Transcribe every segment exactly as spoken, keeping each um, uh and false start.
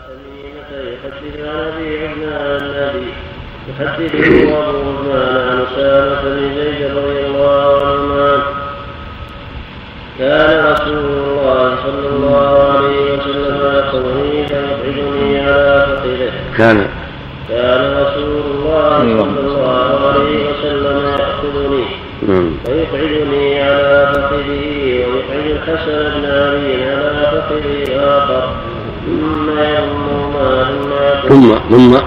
تميمة يحدث عن أبي عثمان النبي يحدثه أبو عثمان عن أسامة بن زيد رضي الله عنهما كان رسول الله صلى الله عليه وسلم يقضني فيقعدني على فخذه كان كان رسول الله صلى الله عليه وسلم يأخذني فيقعدني على فخذه ويقعد الحسن بن علي على فخذه الآخر ثم يضمهما ثم ثم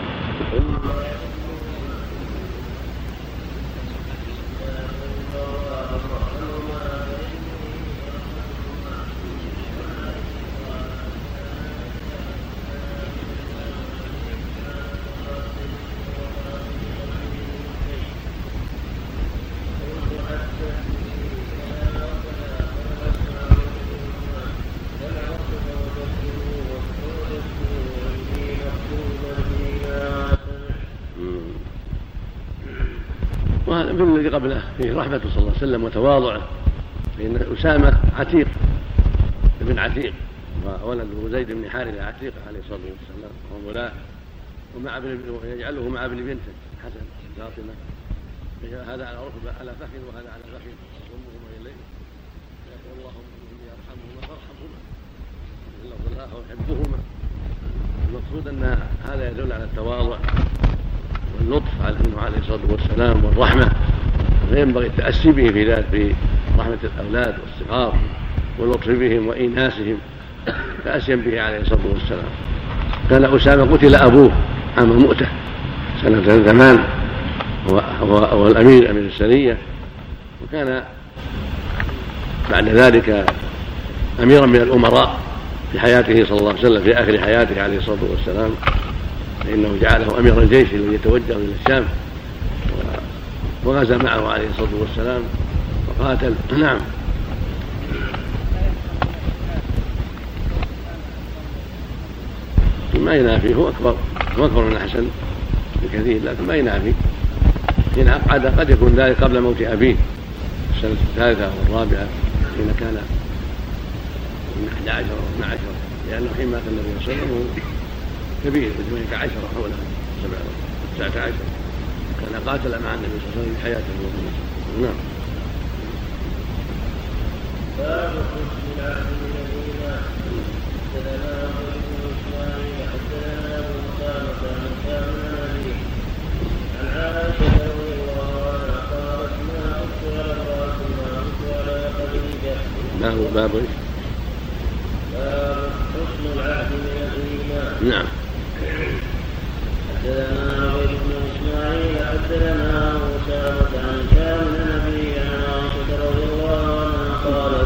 وهذا من الذي قبله فيه رحمته صلى الله عليه وسلم وتواضعه، فإن أسامة عتيق ابن عتيق وولده زيد بن حارثة عتيق عليه الصلاة والسلام ومولاه، ومع ابن يجعله مع ابن بنته حسن فاطمة، هذا على ركبة على فخذ وهذا على فخذ يضمهما إليه يقول اللهم إني أرحمهما فارحمهما اللفظ الآخر يحبهما. المقصود أن هذا يدل على التواضع واللطف منه عليه الصلاة والسلام والرحمة، فينبغي التأسي به في ذلك في رحمة الأولاد والصغار واللطف بهم وإيناسهم تأسيا به عليه الصلاة والسلام. كان أسامة قتل أبوه عام مؤتة سنة زمان وهو الأمير أمير السرية، وكان بعد ذلك أميرا من الأمراء في حياته صلى الله عليه وسلم في آخر حياته عليه الصلاة والسلام، فإنه جعله أمير الجيش الذي يتوجه إلى الشام وغزا معه عليه الصلاة والسلام وقاتل. نعم. ما ينافي هو أكبر هو أكبر من الحسن بكثير، لكن ما ينافي حين أقعد قد يكون ذلك قبل موت أبيه السنة الثالثة والرابعة حين كان من أحد عشر واثنى عشر، لأنه حين مات النبي صلى الله عليه وسلم كبير بثمانية عشر حوله سبعة تسعة عشر، كان قاتل مع النبي صلى الله عليه وسلم في حياته. نعم. باب حسن العهد من الإيمان. حدثنا أبو بن إسماعيل حدثنا أبو أسامة عن كامل النبي عن عائشة رضي الله عنها قالت ما كنت على امرأة ما كنت على خديجة. ما هو باب ايش؟ باب حسن العهد من الإيمان. نعم. حدثنا أبو بن إسماعيل حدثنا أبو أسامة عن كامل النبي عن عائشة رضي الله عنها قالت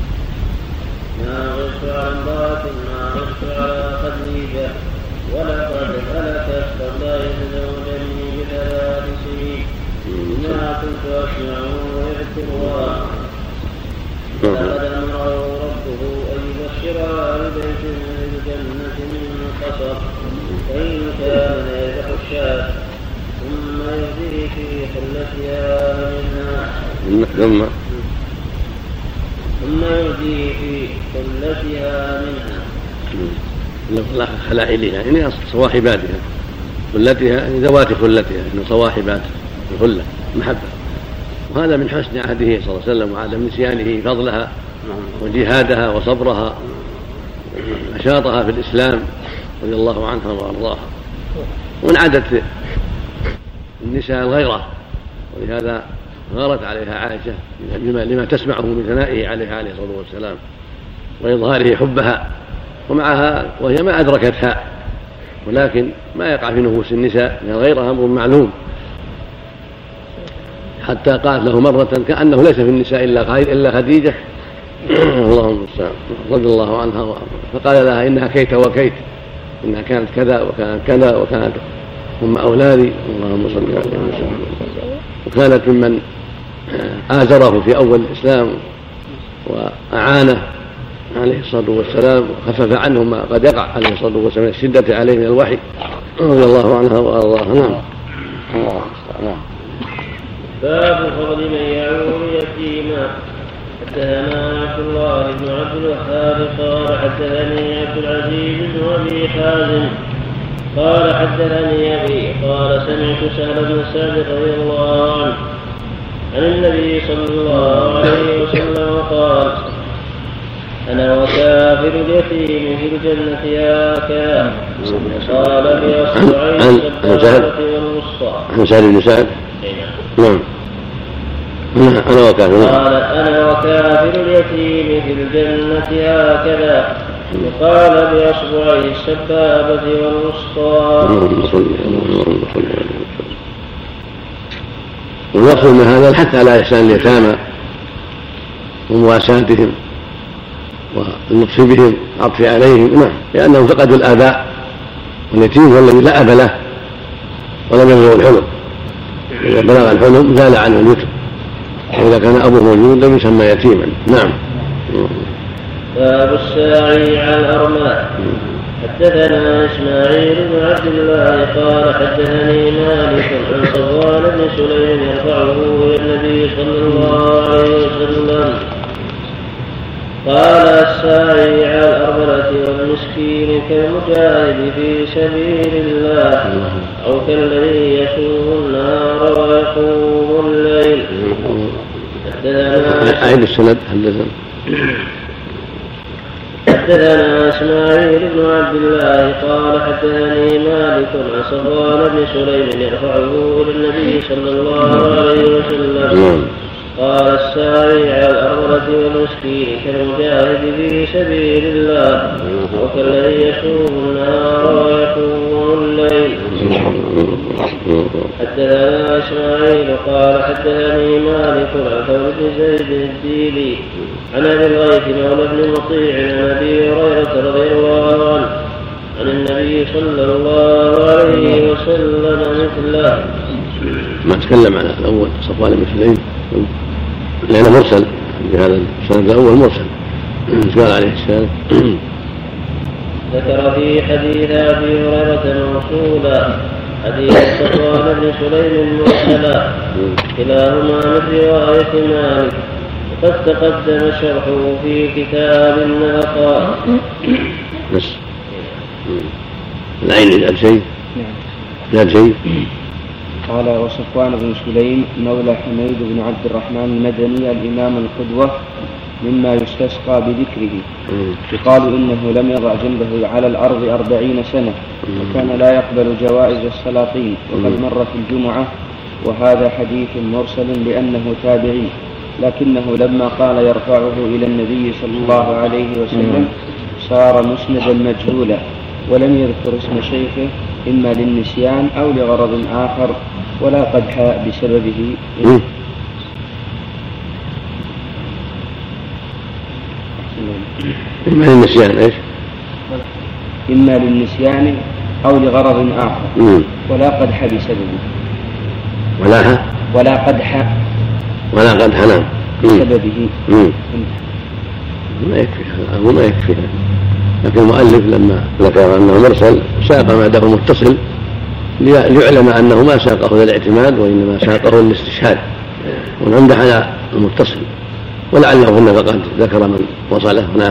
ما غبت عن امرأة ما غبت على خديجة ولقد هلكت قبل أن يتزوجني بثلاث سنين ما كنت أسمعه ويذكرها فقد أمره ربه أن يبشرها ببيت من الجنة من قصر فإن كان يذبح الشاة ثم يهديه في حلتها منها ثم ثم يهديه في حلتها منها خلائلها يعني صواحباتها خلتها ذوات خلتها إن صواحبات الخلة محبة، وهذا من حسن عهده صلى الله عليه وسلم وعدم نسيانه فضلها وجهادها وصبرها ونشاطها في الإسلام رضي الله عنها وأرضاها. وانعدت النساء الغيرة، ولهذا غارت عليها عائشة لما, لما تسمعه من ثنائه عليه عليه الصلاة والسلام وإظهاره حبها، ومعها وهي ما أدركتها، ولكن ما يقع في نفوس النساء من غيرها أمر معلوم، حتى قالت له مرة كأنه ليس في النساء إلا خديجة اللهم المستعان رضي الله عنها، فقال لها إنها كيت وكيت، إنها كانت كذا وكانت كذا وكانت هم أولادي اللهم صل عليه وسلم. وكانت ممن آزره في أول الإسلام وأعانه عليه الصلاة والسلام وخفف عنه ما قد يقع عليه الصلاة والسلام من الشدة عليه من الوحي رضي الله عنها وأرضاها. نعم. باب فضل من يعول يتيما. حدثنا عبد الله بن عبد الوهاب قال حدثني عبد العزيز بن ابي حازم قال حدثني ابي قال سمعت سهل بن سعد رضي الله عنه عن النبي صلى الله عليه وسلم قال انا وكافر اليتيم في الجنه هكذا قال باصبعين السبابه والوسطى. عن سهل بن سعد نعم أنا وكافر قال أنا وكافر اليتيم في الجنة هكذا وقال بأصبعيه السبابة والوسطى. والمقصود من هذا الحث على إحسان اليتامى ومواساتهم واللطف بهم والعطف عليهم نعم لأنهم فقدوا الآباء واليتيم هو الذي لا أب له ولم يبلغ الحلم إذا بلغ الحلم زال عنه اليتم وإذا كان أبوه موجود لم يسمى يتيما. نعم. باب الساعي على الأرملة. حدثنا إسماعيل بن عبد الله قال حدثني مالك عن صفوان بن سليم يرفعه إلى النبي صلى الله عليه وسلم قال الساعي على الأرملة والمسكين كالمجاهد في سبيل الله أو كالذي يصوم النهار ويقوم الليل. أعيد السند. حدثنا حدثنا إسماعيل بن عبد الله قال حدثني مالك عن صفوان بن سليم يرفعه إلى النبي صلى الله عليه وسلم قال الساعي على الأرملة والمسكين كالمجاهد في سبيل الله وكالذي يصوم النهار ويقوم الليل. حدثنا إسماعيل قال حدثني مالك عن ثور بن زيد الديلي عن أبي الغيث مولى بن مطيع عن أبي هريرة رضي الله عنه عن النبي صلى الله عليه وسلم مثله. ما تكلم عن الأول صفوان بن سليم لأنه مرسل بهذا السند الأول مرسل قال عليه السلام ذكر في حديث أبي هريرة موصولا حديث صفوان بن سليم مرسلا كلاهما من رواية مالك وقد تقدم شرحه في كتاب النفقات. بس العين جاب شيء جاب شيء قال وصفوان بن سليم مولى حميد بن عبد الرحمن المدني الإمام القدوة مما يستسقى بذكره يقال إنه لم يضع جنبه على الأرض أربعين سنة وكان لا يقبل جوائز السلاطين وقد مر في الجمعة وهذا حديث مرسل لأنه تابعي لكنه لما قال يرفعه إلى النبي صلى الله عليه وسلم صار مسندا مجهولا ولم يذكر اسم شيخه إما للنسيان أو لغرض آخر ولا قدح بسببه إما للنسيان إيش؟ إما للنسيان أو لغرض آخر ولا قدح بسببه ولا ولا قدح ولا قدح نعم بسببه. ما يكفي هذا ما يكفي لكن المؤلف لما ذكر أنه مرسل ساق بعده متصل ليعلم أنه ما ساقه للاعتماد وإنما ساقه للاستشهاد ونمدح على المتصل ولعله هنا فقد ذكر من وصله هناك.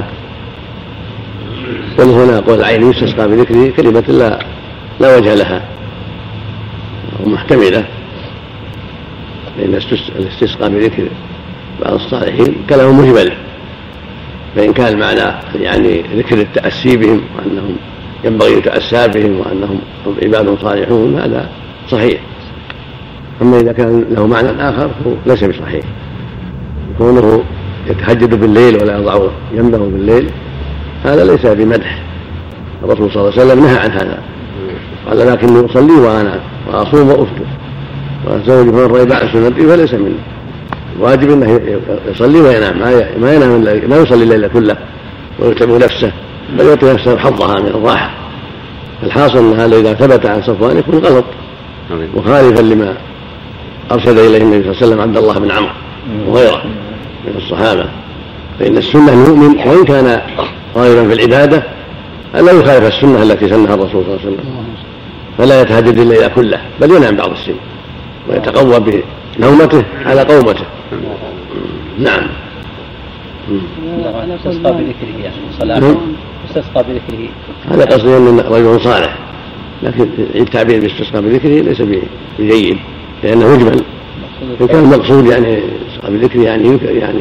وهنا قول العين يستسقى بذكره كلمة لا, لا وجه لها ومحتملة لأن الاستسقى بذكر بعض الصالحين كلام مجمل فإن كان المعنى يعني ذكر التأسي بهم وأنهم ينبغي يتأسى بهم وأنهم عباد صالحون هذا صحيح. أما إذا كان له معنى آخر ليس بصحيح كونه يتهجد بالليل ولا يضع جنبه بالليل هذا ليس بمدح. الرسول صلى الله عليه وسلم نهى عن هذا قال لكني أصلي وأنا وأصوم وأفطر وأتزوج من رأى سنتي فليس مني. واجب انه يصلي وينام ما ينام ما يصلي الليل كله ويتعب نفسه بل يعطي نفسه حظها من الراحه. الحاصل ان هذا اذا ثبت عن صفوان يكون غلط مخالفا لما ارشد اليه النبي صلى الله عليه وسلم عبد الله بن عمرو وغيره من الصحابه. فان السنه المؤمن وان كان راغبا في العباده الا يخالف السنه التي سنها الرسول صلى الله عليه وسلم فلا يتهجد الليل كله بل ينام بعض السن ويتقوى بنومته على قومته. نعم. استسقى بذكره يعني صلاة استسقى بذكره هذا قصدي أن رجل صالح، لكن التعبير باستسقى بذكره ليس بجيد لأنه يجمل. وكان المقصود يعني استسقى بذكره يعني يعني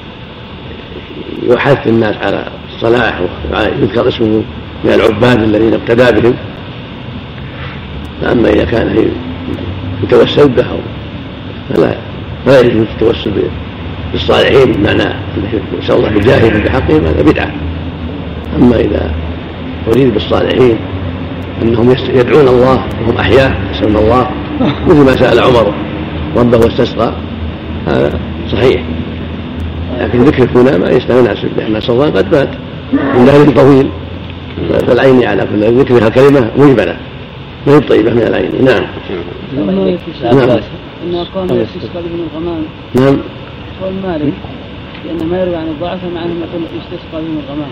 يحث الناس على الصلاح ويذكر اسمه من العباد الذين اقتدى بهم. فأما إذا كان يتوسل به فلا لا يجوز التوسل بالصالحين بمعنى أنه يسأل الله بجاههم بحقهم هذا بدعة. أما إذا أريد بالصالحين أنهم يدعون الله وهم أحياء يسألون الله مثل ما سأل عمر ربه واستسقى هذا صحيح، لكن ذكر هنا ما يستناسب لأن الصلاة قد مات من دهر طويل، فالعين على كل ذكرها كلمة مجملة ما هي طيبة من العين. نعم. نعم. إنه قام يستسقى بهم الغمام. نعم. قول مالك لأن ما يروي عن الضعفاء مع أنهم يقول يستسقى بهم الغمام.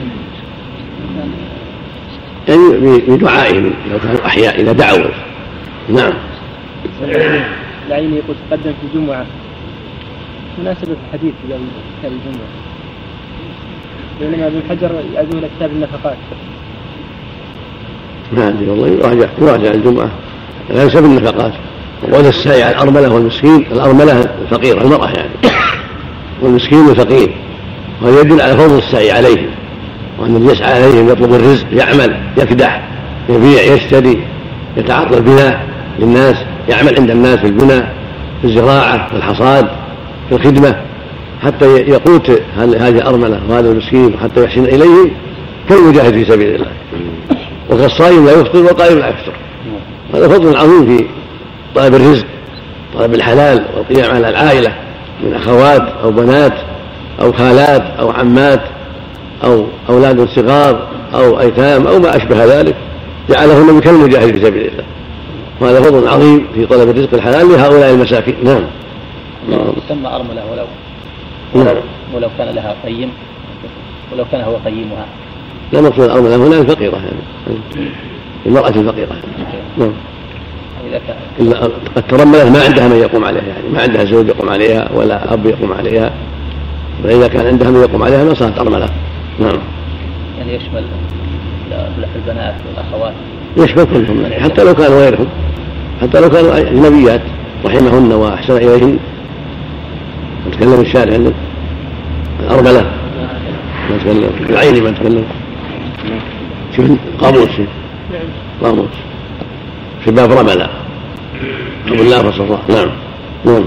يعني بدعائهم لو كانوا أحياء إذا دعوا. نعم. العين يقول تقدم في الجمعة مناسبة الحديث في كتاب الجمعة، بينما ابن حجر يعزوه إلى كتاب النفقات. ما أدري والله يراجع يراجع الجمعة لا ينسب النفقات. وقال السعي على الأرملة والمسكين، الأرملة الفقيرة المرأة يعني، والمسكين الفقير، وهذا يدل على فضل السعي عليهم وأن يسعى عليهم يطلب الرزق يعمل يكدح يبيع يشتري يتعاطى البناء للناس، يعمل عند الناس في البناء في الزراعة في الحصاد في الخدمة حتى يقوت هذه الأرملة وهذا المسكين حتى يحسن إليهم كالمجاهد في سبيل الله. وكالصائم لا يفطر والقائم لا يفطر. هذا فضل عظيم في طلب الرزق طلب الحلال والقيام على العائلة من أخوات أو بنات أو خالات أو عمات أو أولاد صغار أو أيتام أو ما أشبه ذلك، جعله النبي كالمجاهد في سبيل الله. وهذا فضل عظيم في طلب الرزق الحلال لهؤلاء المساكين. نعم. تسمى أرملة ولو ولو, ولو كان لها قيم ولو كان هو قيمها. لا مقصود الأرملة هنا الفقيرة يعني المرأة الفقيرة. نعم. إلا قد ترملت ما عندها من يقوم عليها يعني ما عندها زوج يقوم عليها ولا أب يقوم عليها، فإذا كان عندها من يقوم عليها ما صارت أرملة. نعم. يعني يشمل البنات والأخوات. يشمل كلهم يعني حتى لو كانوا غيرهم حتى لو كانوا أجنبيات رحمهن وأحسن إليهن. نتكلم الشارع عندنا الأرملة ما نتكلم العيني ما نتكلم شوف قاموس قاموس في باب رملة أبو الله رسول الله. نعم. نعم.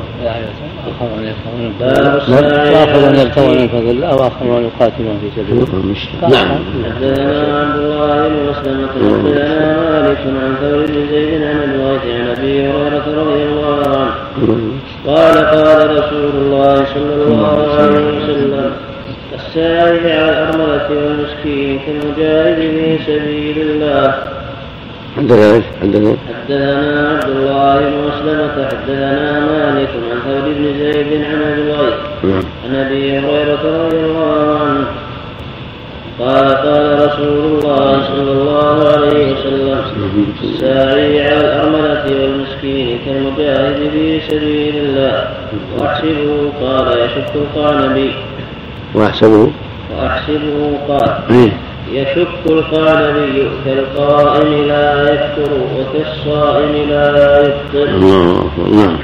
وآخرون يبتغون من فضل الله وآخرون يقاتلون في سبيل الله. نعم. حدثنا عبد الله بن مسلمة حدثنا مالك عن ثور بن زيد عن الوارث عن أبي هريرة رضي الله عنه قال قال رسول الله صلى الله عليه وسلم السائل على الأرملة والمسكين كالمجاهد في سبيل الله. حدثنا حدثنا حدثنا عبد الله بن مسلمة حدثنا مالك عن ثور بن زيد عن أبي الغيث عن أبي هريرة رضي الله عنه قال قال رسول الله صلى الله عليه وسلم الساعي على الأرملة والمسكين كالمجاهد في سبيل الله. وأحسبه قال يشك القعنبي وأحسبه وأحسبه قال يشك القعنبي كالقائم لا يفطر وكالصائم لا يفطر. الله. نعم.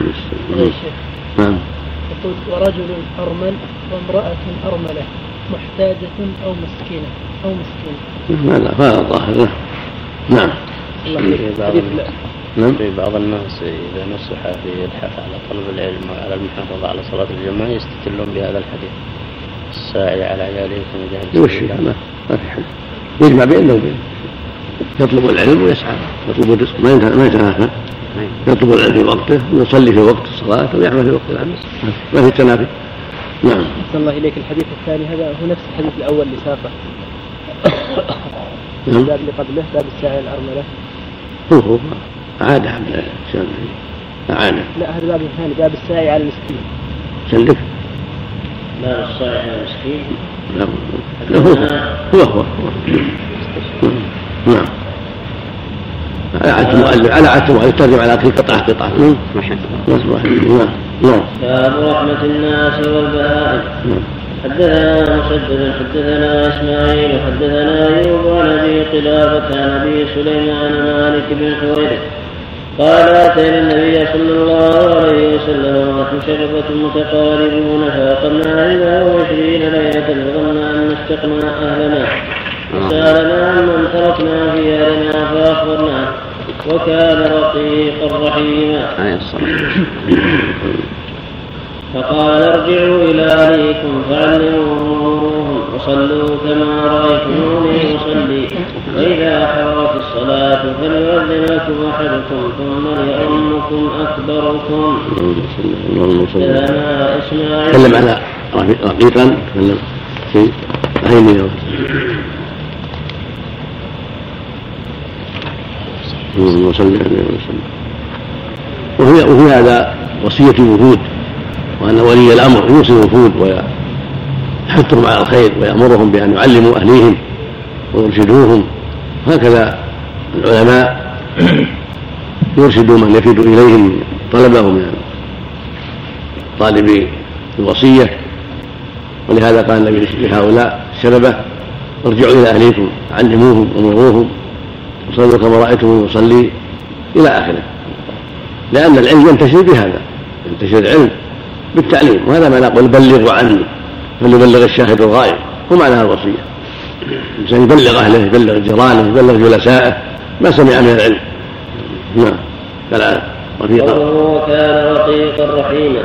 نعم. يقول ورجل أرمل وامرأة أرملة محتاجة أو مسكينة أو مسكينة. هذا هذا الظاهر. نعم. نعم. في بعض الناس إذا نصح في الحث على طلب العلم وعلى المحافظة على صلاة الجماعة يستدلون بهذا الحديث الساعي على عياله كمجاهد. وش ما ما في حد يجمع بينه وبين يطلب العلم ويسعى يطلب الرزق ما ما يتنافى. يطلب العلم في وقته ويصلي في وقت الصلاة ويعمل في وقت العمل ما في تنافي. نعم. أحسن الله إليك. الحديث الثاني هذا هو نفس الحديث الأول اللي ساقه. نعم. الباب اللي قبله باب الساعي الأرملة هو هو عادة عمل الشافعي عادة. لا هذا باب ثاني باب الساعي على المسكين. سلك. لا الساعي على المسكين. لا هو هو هو. نعم. على عادة المؤلف على عادة المؤلف ترجم على كل قطعة قطعة. نعم. نعم. باب رحمة الناس والبهائم. حدثنا مسدد حدثنا اسماعيل حدثنا ايوب عن ابي قلابة عن ابي سليمان مالك بن حويرث قال اتينا النبي صلى الله عليه وسلم ونحن شربة متقاربون فاقمنا إحدى وعشرين ليلة فظنا ان استقنا اهلنا فسالنا عمن تركنا في اهلنا فاخبرناه وكان رقيقا رحيما فقال ارجعوا إلى أهليكم فعلموهم وصلوا كما رأيتموني أصلي وإذا حضرت الصلاة فليؤذن لكم أحدكم ثم ليؤمكم أكبركم. حدثنا إسماعيل تكلم على رقيقا تكلم في أهيني وصلي وهي وهي هذا وصية الوفود وأن ولي الأمر يوصي الوفود ويحثهم على الخير ويأمرهم بأن يعلموا أهليهم ويرشدوهم. هكذا العلماء يرشدوا من يفيد إليهم طلبه من طالب الوصية. ولهذا قال النبي لهؤلاء الشببة ارجعوا إلى أهليكم علموهم ومروهم وصلوا كما رأيتم يصلي إلى آخره، لأن العلم ينتشر بهذا، ينتشر العلم بالتعليم. وهذا ما نقول بلغوا عني فليبلغ الشاهد الغائب، هو معنى الوصية. الإنسان يبلغ أهله يبلغ جيرانه يبلغ جلسائه ما سمع من العلم. نعم كالآن رفيقا وكان رقيقا رحيما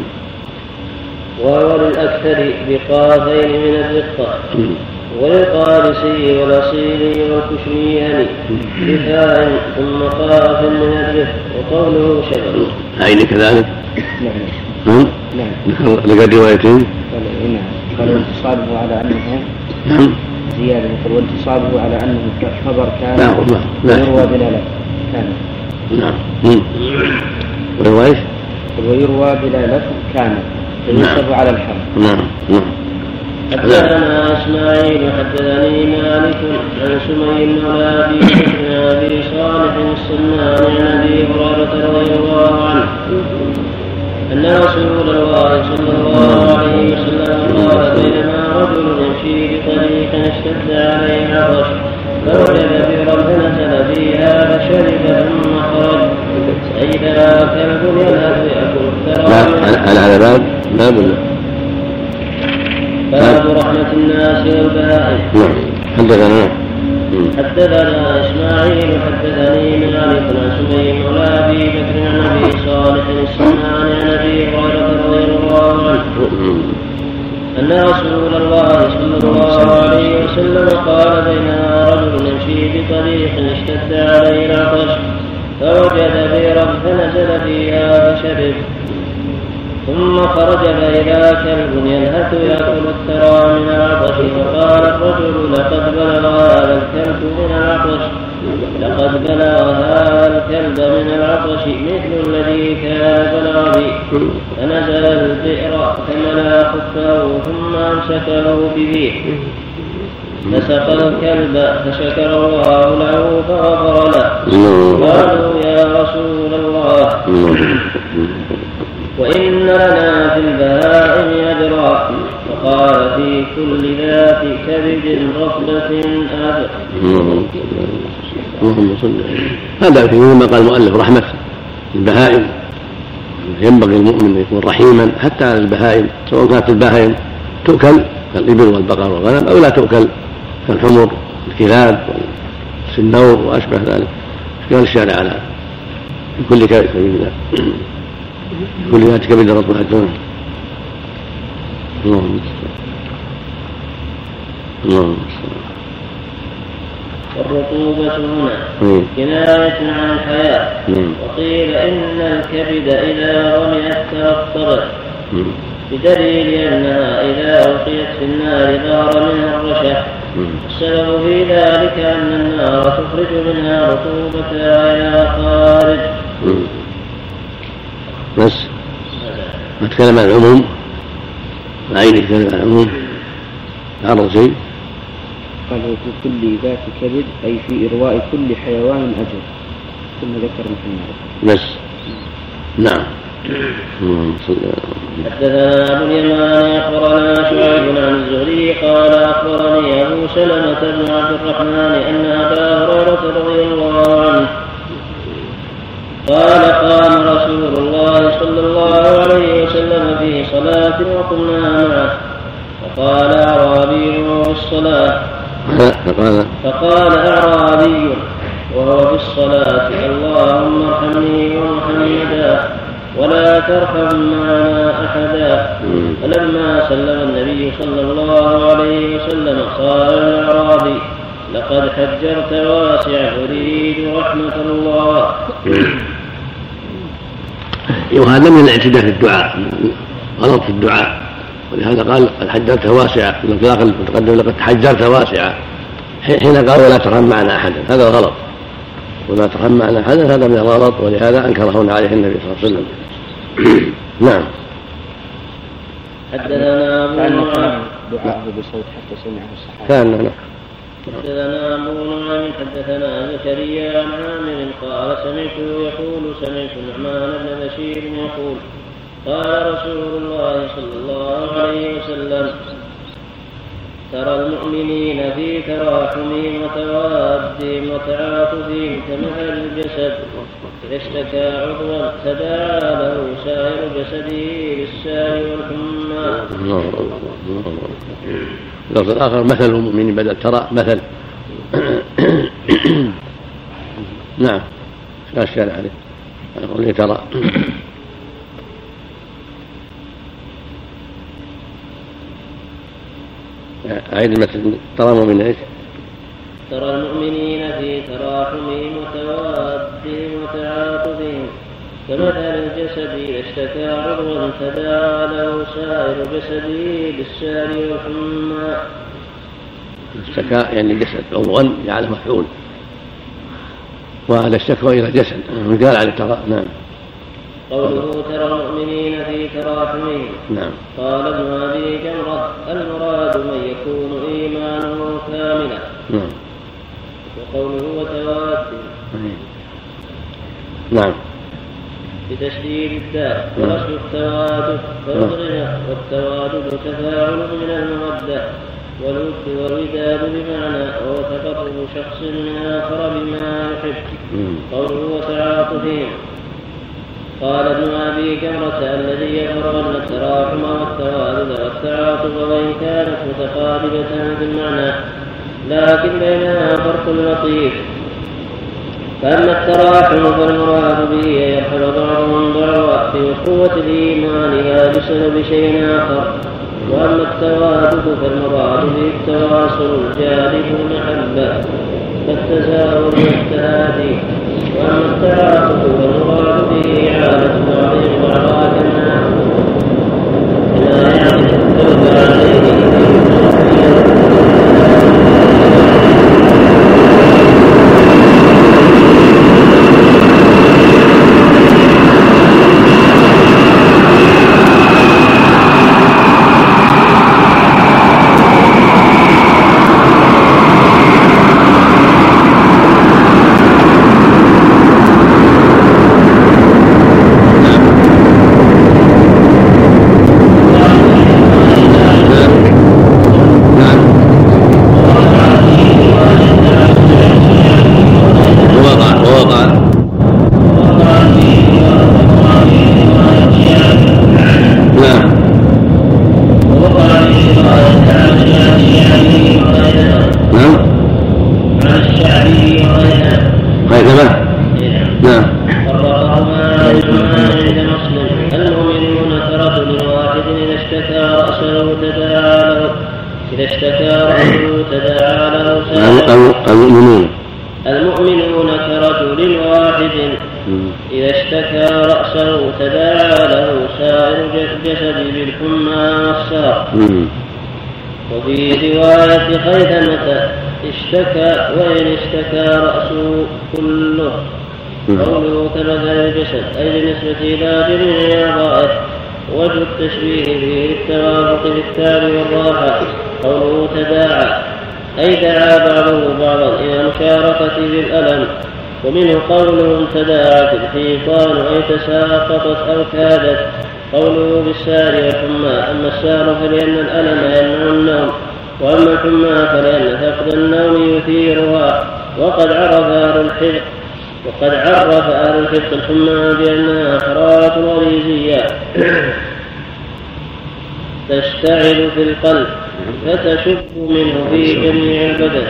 وهو للأكثر بقافين من الرقة وللقادسي والأصيلي والكشمياني بفاء ثم قاف من الرفق وقوله شبه. أين كذلك؟ نعم نعم لقد روايتين. نعم قال وانتصابه على أنه نعم زيادة قال وانتصابه على أنه خبر كان نعم ويروى بلا لف كان. نعم ويروى ويروى بلا لف كان فينصب على الحرف. نعم نعم حدثنا اسماعيل حدثني مالك عن سمي مولى ابي بكر ابي صالح السمان عن ابي هريره رضي الله عنه ان رسول الله صلى الله عليه وسلم قال بينما رجل يمشي بطريق اشتد عليه العطش فوجد بئرا فنزل فيها فشرب ثم خرج فاذا كلب يلهث ياكل الثرى. على هذا باب باب ولا باب رحمة الناس والبهائم. نعم حدثنا حدثنا إسماعيل حدثني مالك عن سمي مولى أبي بكر عن أبي صالح السمان عن أبي هريرة رضي الله عنه أن رسول الله صلى الله عليه وسلم قال بينما رجل يمشي بطريق اشتد عليه العطش فوجد بئرا فنزل فيها فشرب ثم خرج فإذا كلب يلهث يأكل الثرى من العطش فقال الرجل لقد بلغ هذا الكلب من العطش لقد بلغ هذا الكلب من العطش مثل الذي كان بلغ بي فنزل البئر فملأ خفه ثم أمسكه بفيه فسقى الكلب فشكر الله له فغفر له. قالوا يا رسول الله وإن لنا في البهائم أجرا فقال في كل ذات كبد رطبة أجر. اللهم صل هذا في ما قال المؤلف رحمة البهائم. ينبغي المؤمن أن يكون رحيما حتى على البهائم سواء كانت البهائم تؤكل كالإبل والبقر والغنم أو لا تؤكل كالحمر الكلاب والسنور وأشبه ذلك. قال الشارع على كل كبد كل ذات كبد رطبة أجر. اللهم اللهم والرطوبة هنا كناية عن الحياة. وقيل إن الكبد إذا غمئت ترطبت بدليل أنها إذا ألقيت في النار ظهر منها الرشح. السبب في ذلك أن النار تخرج منها رطوبتها إلى خارج. بس نتكلم عن العموم العين يتكلم عن العموم عرض شيء قال في كل ذات كبد أي في إرواء كل حيوان أجر ثم ذكر مثل. بس نعم. حدثنا أبو اليمان أخبرنا شعيب عن الزهري قال أخبرني أبو سلمة بن عبد الرحمن أن أبا هريرة رضي الله عنه قال قام رسول الله صلى الله عليه وسلم في صلاة وقمنا معه فقال أعرابي وهو في الصلاة فقال أعرابي وهو في الصلاة اللهم ارحمني ومحمدا ولا ترحم معنا أحدا. فلما سلم النبي صلى الله عليه وسلم قال الأعرابي لقد حجرت واسعا أريد رحمة الله. وهذا من الاعتداء في الدعاء، غلط في الدعاء، ولهذا قال قد حجرت واسعا، المتقدم لقد حجرت واسعا، حين قال ولا ترحم معنا أحدا، هذا غلط، ولا ترحم معنا أحدا هذا من الغلط، ولهذا أنكره عليه النبي صلى الله عليه وسلم. نعم. حدثنا أبو نعيم دعاءه بصوت حتى سمعه الصحابة. كان حدثنا أبو نعيم حدثنا زكريا عن عامر قال سمعته يقول سمعت النعمان بن بشير يقول قال رسول الله صلى الله عليه وسلم ترى المؤمنين في تراحمهم وتوادهم وتعاطفهم كمثل الجسد إذا اشتكى عضوا تداعى له سائر جسده بالسهر والحمى. اللفظ الآخر مثل المؤمنين بدل ترى مثل. نعم لا أشكال عليه أقول ترى. أعيد المثل ترى المؤمنين إيش؟ ترى المؤمنين في تراحمهم وتوادهم وتعاطفهم كمثل الجسد إذا اشتكى عضوا تداعى له سائر جسده بالسهر والحمى. اشتكى يعني الجسد عضوا جعله مفعول، وهذا الشكوى إلى جسد قال عليه ترى. نعم. قوله ترى المؤمنين في تراحمهم. نعم. قال ابن أبي جمرة المراد من يكون إيمانه كاملا. نعم. وقوله وتوادهم. نعم. بتشديد الداء ورسم التوادد فالغنى والتوادد تفاعل من المودة والود والوداد بمعنى وهو تقرب شخص من آخر بما يحب. قوله وتعاطفهم. قال ابن أبي جمرة الذي يفرغ التراحم والتوادد والتعاطف وإن كانت متقاربة بالمعنى لكن بينها فرق لطيف. فأما التراحم فالمراد به يرحل بعضهم بعضا في قوة الإيمان لا بسبب شيء آخر، وأما التوادد فالمراد به التواصل الجالب المحبة فالتزاور والتهادي، وأما التعاطف فالمراد به إعانة بعضهم بعضا كما لا يعرف التوبة عليه. المؤمنون كرجل واحد إذا اشتكى رأسه تداعى له سائر الجسد بالحمى والسهر. وفي رواية خيثمة اشتكى وإن اشتكى رأسه كله. قوله كمثل الجسد أي بالنسبة إلى جميع أعضائه. وجه التشبيه فيه التوافق في التعب والراحة. قوله تداعى أي دعا بعضه بعضا إلى مشاركة بالألم. ومنه قولهم تداعت الحيطان أي تساقطت أو كادت قوله بالسهر والحمى. أما السهر فلأن الألم يمنع النوم، وأما الحمى فلأن فقد النوم يثيرها. وقد عرف أهل الحفظ وقد عرف أهل الحفظ الحمى بأنها حرارة غريزية تشتعل في القلب فتشب منه في جميع البدن،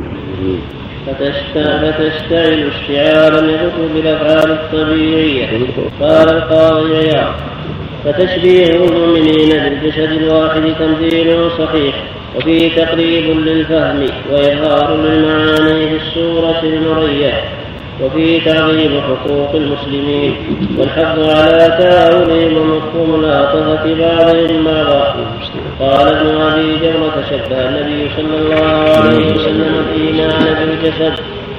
فتشتعل اشتعالا يدخل بالأفعال الطبيعية. قال القاضي عياض: فتشبيه المؤمنين بالجسد الواحد تمثيل صحيح، وفيه تقريب للفهم وإظهار للمعاني في السورة المرية، وفيه تعظيم حقوق المسلمين والحفظ على تآولهم ومفهوم ملاطفة بعضهم بعضا. قال ابن أبي جمرة: شبه النبي صلى الله عليه وسلم الإيمان بالجسد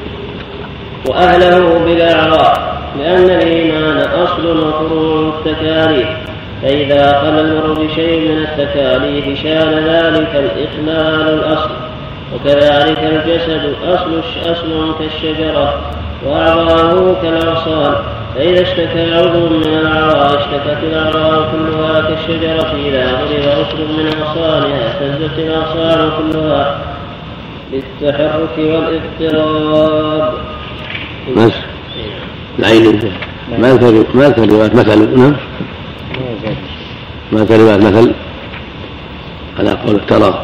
وأهله بالأعراض، لأن الإيمان أصل وفروع التكاليف، فإذا خلا المرء بشيء من التكاليف شان ذلك الإخلال الأصل. وكذلك الجسد أصل أصل كالشجرة وأعضاؤه كالأغصان، فإذا اشتكى عضو من الأعضاء اشتكت الأعضاء كلها كالشجرة، إذا ضرب أصل من أغصانها اهتزت الأغصان كلها للتحرك والاضطراب. بس العين ما ذكر ما ذكر رواية مثل. نعم ما ذكر رواية مثل على قول ترى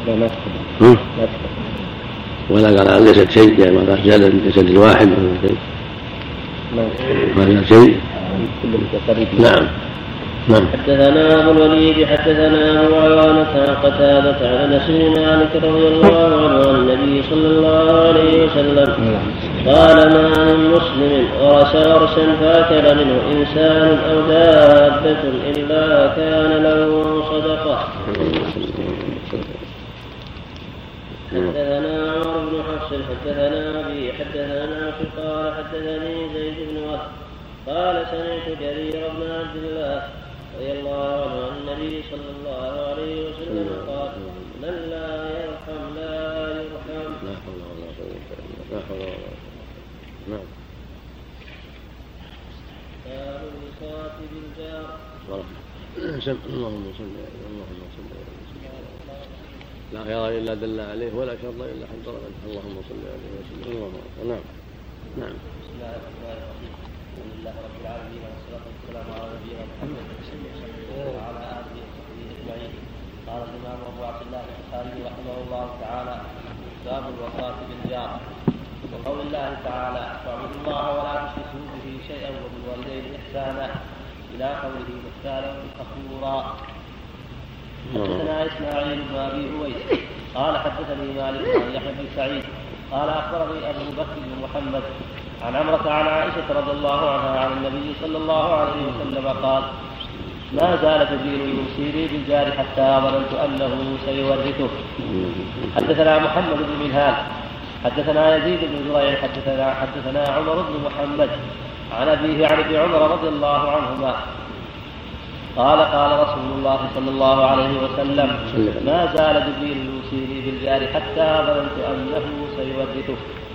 ولا قال عن جسد شيء، يعني ما قال زاد الجسد الواحد ولا شيء، ما قال شيء. نعم نعم. حدثنا أبو الوليد حدثنا أبو عوانة عن قتادة عن أنس بن مالك رضي الله عنه عن النبي صلى الله عليه وسلم قال: ما من مسلم غرس غرسا فأكل منه إنسان أو دابة إلا كان له صدقة. حدثنا عمر بن حفص حدثنا أبي حدثنا قال حدثني زيد بن وهب قال: سمعت جرير بن عبد الله رضي الله عنه عن النبي صلى الله عليه وسلم قال: من لا يرحم لا يرحم. لا حول ولا قوة إلا بالله. نعم. باب الوصاة بالجار. اللهم صل اللهم صل لا خير إلا دل عليه ولا شر إلا حضر منه. اللهم صل عليه وسلم. اللهم نعم نعم. بسم الله الرحمن الرحيم. الحمد لله رب العالمين والصلاة والسلام على نبينا محمد وعلى آله وصحبه أجمعين. قال الإمام أبو عبد الله البخاري رحمه الله تعالى: باب الوصاة بالجار. وقول الله تعالى: واعبدوا الله ولا تشركوا به شيئا وبالوالدين إحسانا إلى قوله: مختالا كفورا. حدثنا إسماعيل بن أبي أويس قال حدثني مالك عن يحيى بن سعيد قال أخبرني أبو بكر بن محمد عن عمرة عن عائشة رضي الله عنها عن النبي صلى الله عليه وسلم قال: ما زال جبريل يوصيني بالجار حتى ظننت أنه سيورثه. حدثنا محمد بن منهال حدثنا يزيد بن زريع حدثنا حدثنا عمر بن محمد عن أبيه عن ابن عمر رضي الله عنهما قال: قال رسول الله صلى الله عليه وسلم: ما زال جبريل يوصيني بالجار حتى ظننت أنه سيورثه.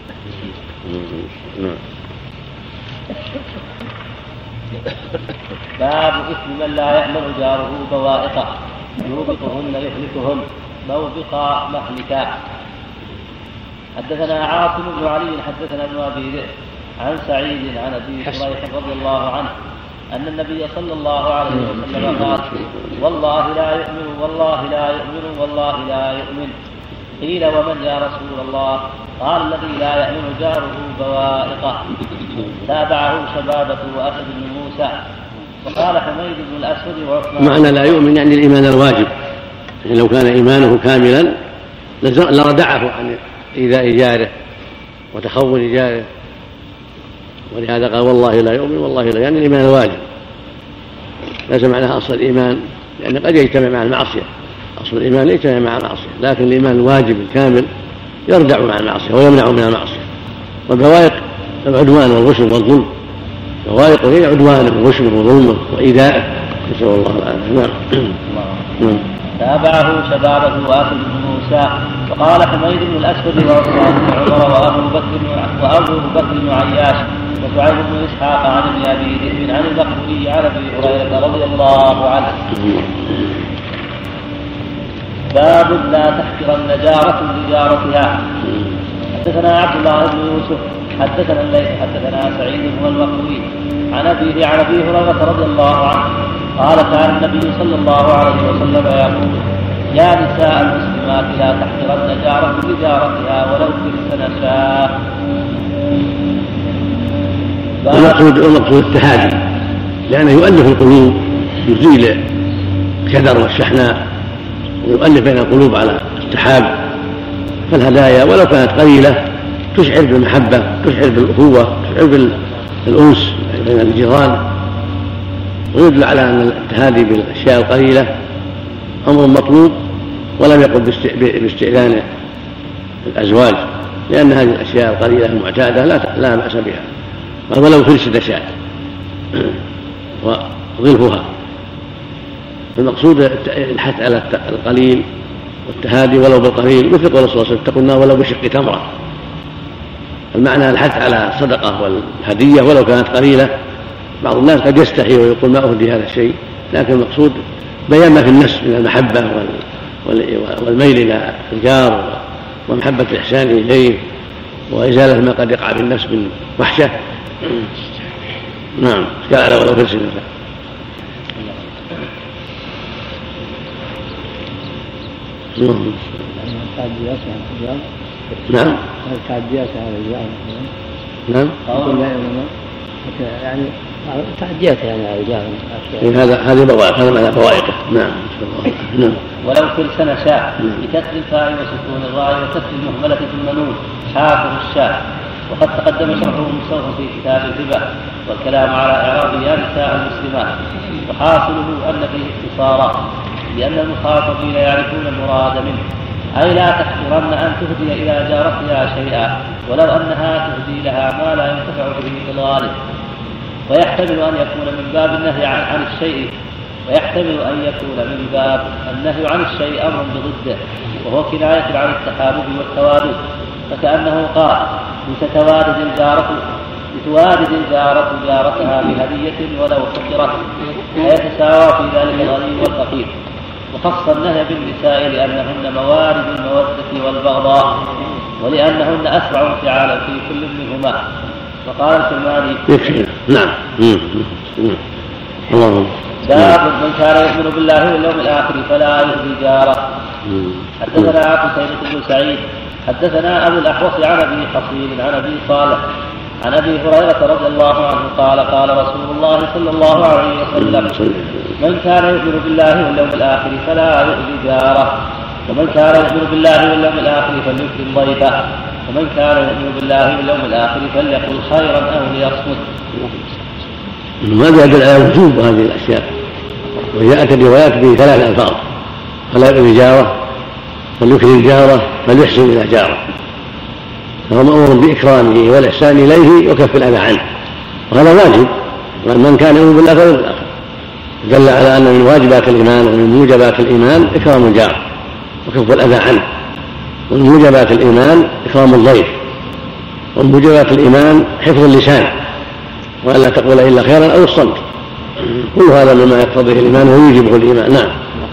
باب إثم من لا يأمن جاره بوائقه يوبقهن يهلكهن موبقا مهلكا. حدثنا عاصم بن علي حدثنا ابن أبي ذئب عن سعيد عن أبي شريح رضي الله عنه أن النبي صلى الله عليه وسلم قال: والله لا يؤمن والله لا يؤمن والله لا يؤمن. قيل: ومن يا رسول الله؟ قال: الذي لا يأمن جاره بوائقه. تابعه شبابة وأسد بن موسى. وقال حميد بن الأسود وعثمان: معنى لا يؤمن يعني الإيمان الواجب، يعني لو كان إيمانه كاملا لردعه عن إيذاء جاره وتخون جاره، ولهذا قال: والله لا يؤمن والله لا، يعني الإيمان الواجب ليس معناها أصل الإيمان، لأن قد يجتمع مع المعصية. أصل الإيمان يجتمع مع المعصية، لكن الإيمان الواجب الكامل يردع مع المعصية ويمنع من المعصية. والبوائق العدوان والغشم والظلم، بوائق هي عدوان وغشم وظلم وإيذاء، نسأل الله العافية. نعم. تابعه شبابة وآسد بن موسى. وقال حميد بن الأسود وعثمان بن عمر وأبو بكر وأبو بكر بن عياش وشعيب بن اسحاق عن ابن ابي ذئب عن المقبوري عن ابي هريره رضي الله عنه. باب لا تحقرن جارة لجارتها. حدثنا عبد الله بن يوسف حدثنا الليث حدثنا سعيد بن المقبوري عن ابيه عن ابي هريره رضي الله عنه قال كان النبي صلى الله عليه وسلم يقول يا نساء المسلمات لا تحقرن جارة لجارتها ولو كرسن شاة. المقصود المقصود التحادي لأنه يؤلف القلوب يزيل الكدر والشحناء ويؤلف بين القلوب على التحاب. فالهدايا ولو كانت قليلة تشعر بالمحبة تشعر بالأخوة تشعر بالأنس بين الجيران. ويدل على أن التهادي بالأشياء القليلة أمر مطلوب ولم يقل باستئذان الأزواج لأن هذه الأشياء القليلة المعتادة لا بأس بها ولو فرشة شاة وظلفها. المقصود الحث على القليل والتهادي ولو بالقليل مثل قول صلى الله عليه وسلم اتقوا النار ولو بشق تمرة. المعنى الحث على الصدقة والهدية ولو كانت قليلة. بعض الناس قد يستحي ويقول ما أهدي هذا الشيء لكن المقصود بيان ما في النفس من المحبة والميل إلى الجار ومحبة الإحسان إليه وإزالة ما قد يقع بالنفس من وحشة. نعم قال على ولو فرس النساء. نعم نعم يعني تعديات يعني على الرجال هذا هذه بوائق هذا معنى بوائقه. نعم نعم ولو كرسن شاة بكسر الفاء وسكون الراء وكسر المهملة في المنون حافظ الشاة. وقد تقدم شرحه مستوفى في كتاب الربا والكلام على إعراب يا نساء المسلمات. وحاصله أن فيه اختصارا لأن المخاطبين يعرفون المراد منه أي لا تحقرن أن تهدي إلى جارتها شيئا ولو أنها تهدي لها ما لا ينتفع به في الغالب. ويحتمل أن يكون من باب النهي عن, عن الشيء ويحتمل أن يكون من باب النهي عن الشيء أمر بضده وهو كناية عن التحابب والتوادد. فكأنه قال لتتوادد الجارة لتوادد الجارة جارتها بهدية ولو فقرت فيتساوى في ذلك الغني والفقير. وخص النهي بالنساء لأنهن موارد المودة والبغضاء ولأنهن أسرع انفعالا في كل منهما. وقال الكرماني نعم اللهم باب من كان يؤمن بالله واليوم الآخر فلا يؤذي جاره. حدثنا قتيبة بن سعيد حدثنا أبو الأحوص عن أبي حصين عن أبي صالح عن أبي هريرة رضي الله عنه قال قال رسول الله صلى الله عليه وسلم من كان يؤمن بالله واليوم الآخر فلا يؤذي جاره ومن كان يؤمن بالله واليوم الآخر فليكرم ضيفه ومن كان يؤمن بالله واليوم الآخر فليقل خيرا أو ليصمت. ماذا يدل على وجوب هذه الأشياء وجاءت الروايات بثلاث ألفاظ فلا يؤذي جاره فليكرم جاره فليحسن إلى جاره. فهو مأمور بإكرامه والإحسان إليه وكف الأذى عنه وهذا واجب. من كان يؤمن بالله واليوم الآخر دل على أن من واجبات الإيمان ومن موجبات الإيمان إكرام الجار وكف الأذى عنه. ومن موجبات الإيمان إكرام الضيف ومن موجبات الإيمان حفظ اللسان وألا تقول إلا خيرا أو الصمت. كل هذا مما يقتضيه الإيمان ويوجبه الإيمان. نعم.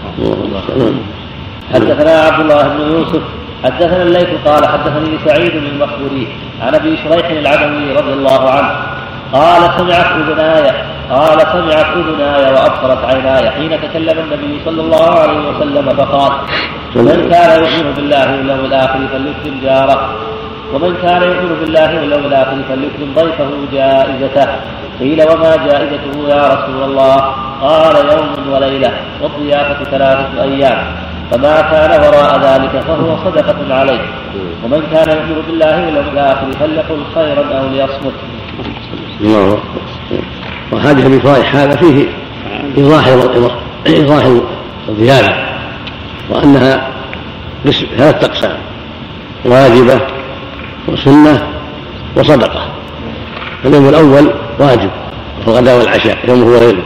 حدثنا عبد الله بن يوسف حدثنا الليث قال حدثني سعيد بن المقبوري عن ابي شريح العدوي رضي الله عنه قال سمعت اذناي قال سمعت اذناي وابصرت عيناي حين تكلم النبي صلى الله عليه وسلم فقال من كان يؤمن بالله واليوم الاخر فليكرم جاره ومن كان يؤمن بالله واليوم الاخر فليكرم ضيفه جائزته. قيل وما جائزته يا رسول الله؟ قال يوم وليله والضيافه ثلاثه ايام فما كان وراء ذلك فهو صدقة عليه ومن كان يؤمن بالله واليوم الآخر فليقل خيرا أو ليصمت. الله. وهذه بصالح هذا فيه إيضاح إيضاح الضيافة وأنها ثلاث أقسام واجبة وسنة وصدقة. اليوم الأول واجب وهو الغداء والعشاء يومه وليلته.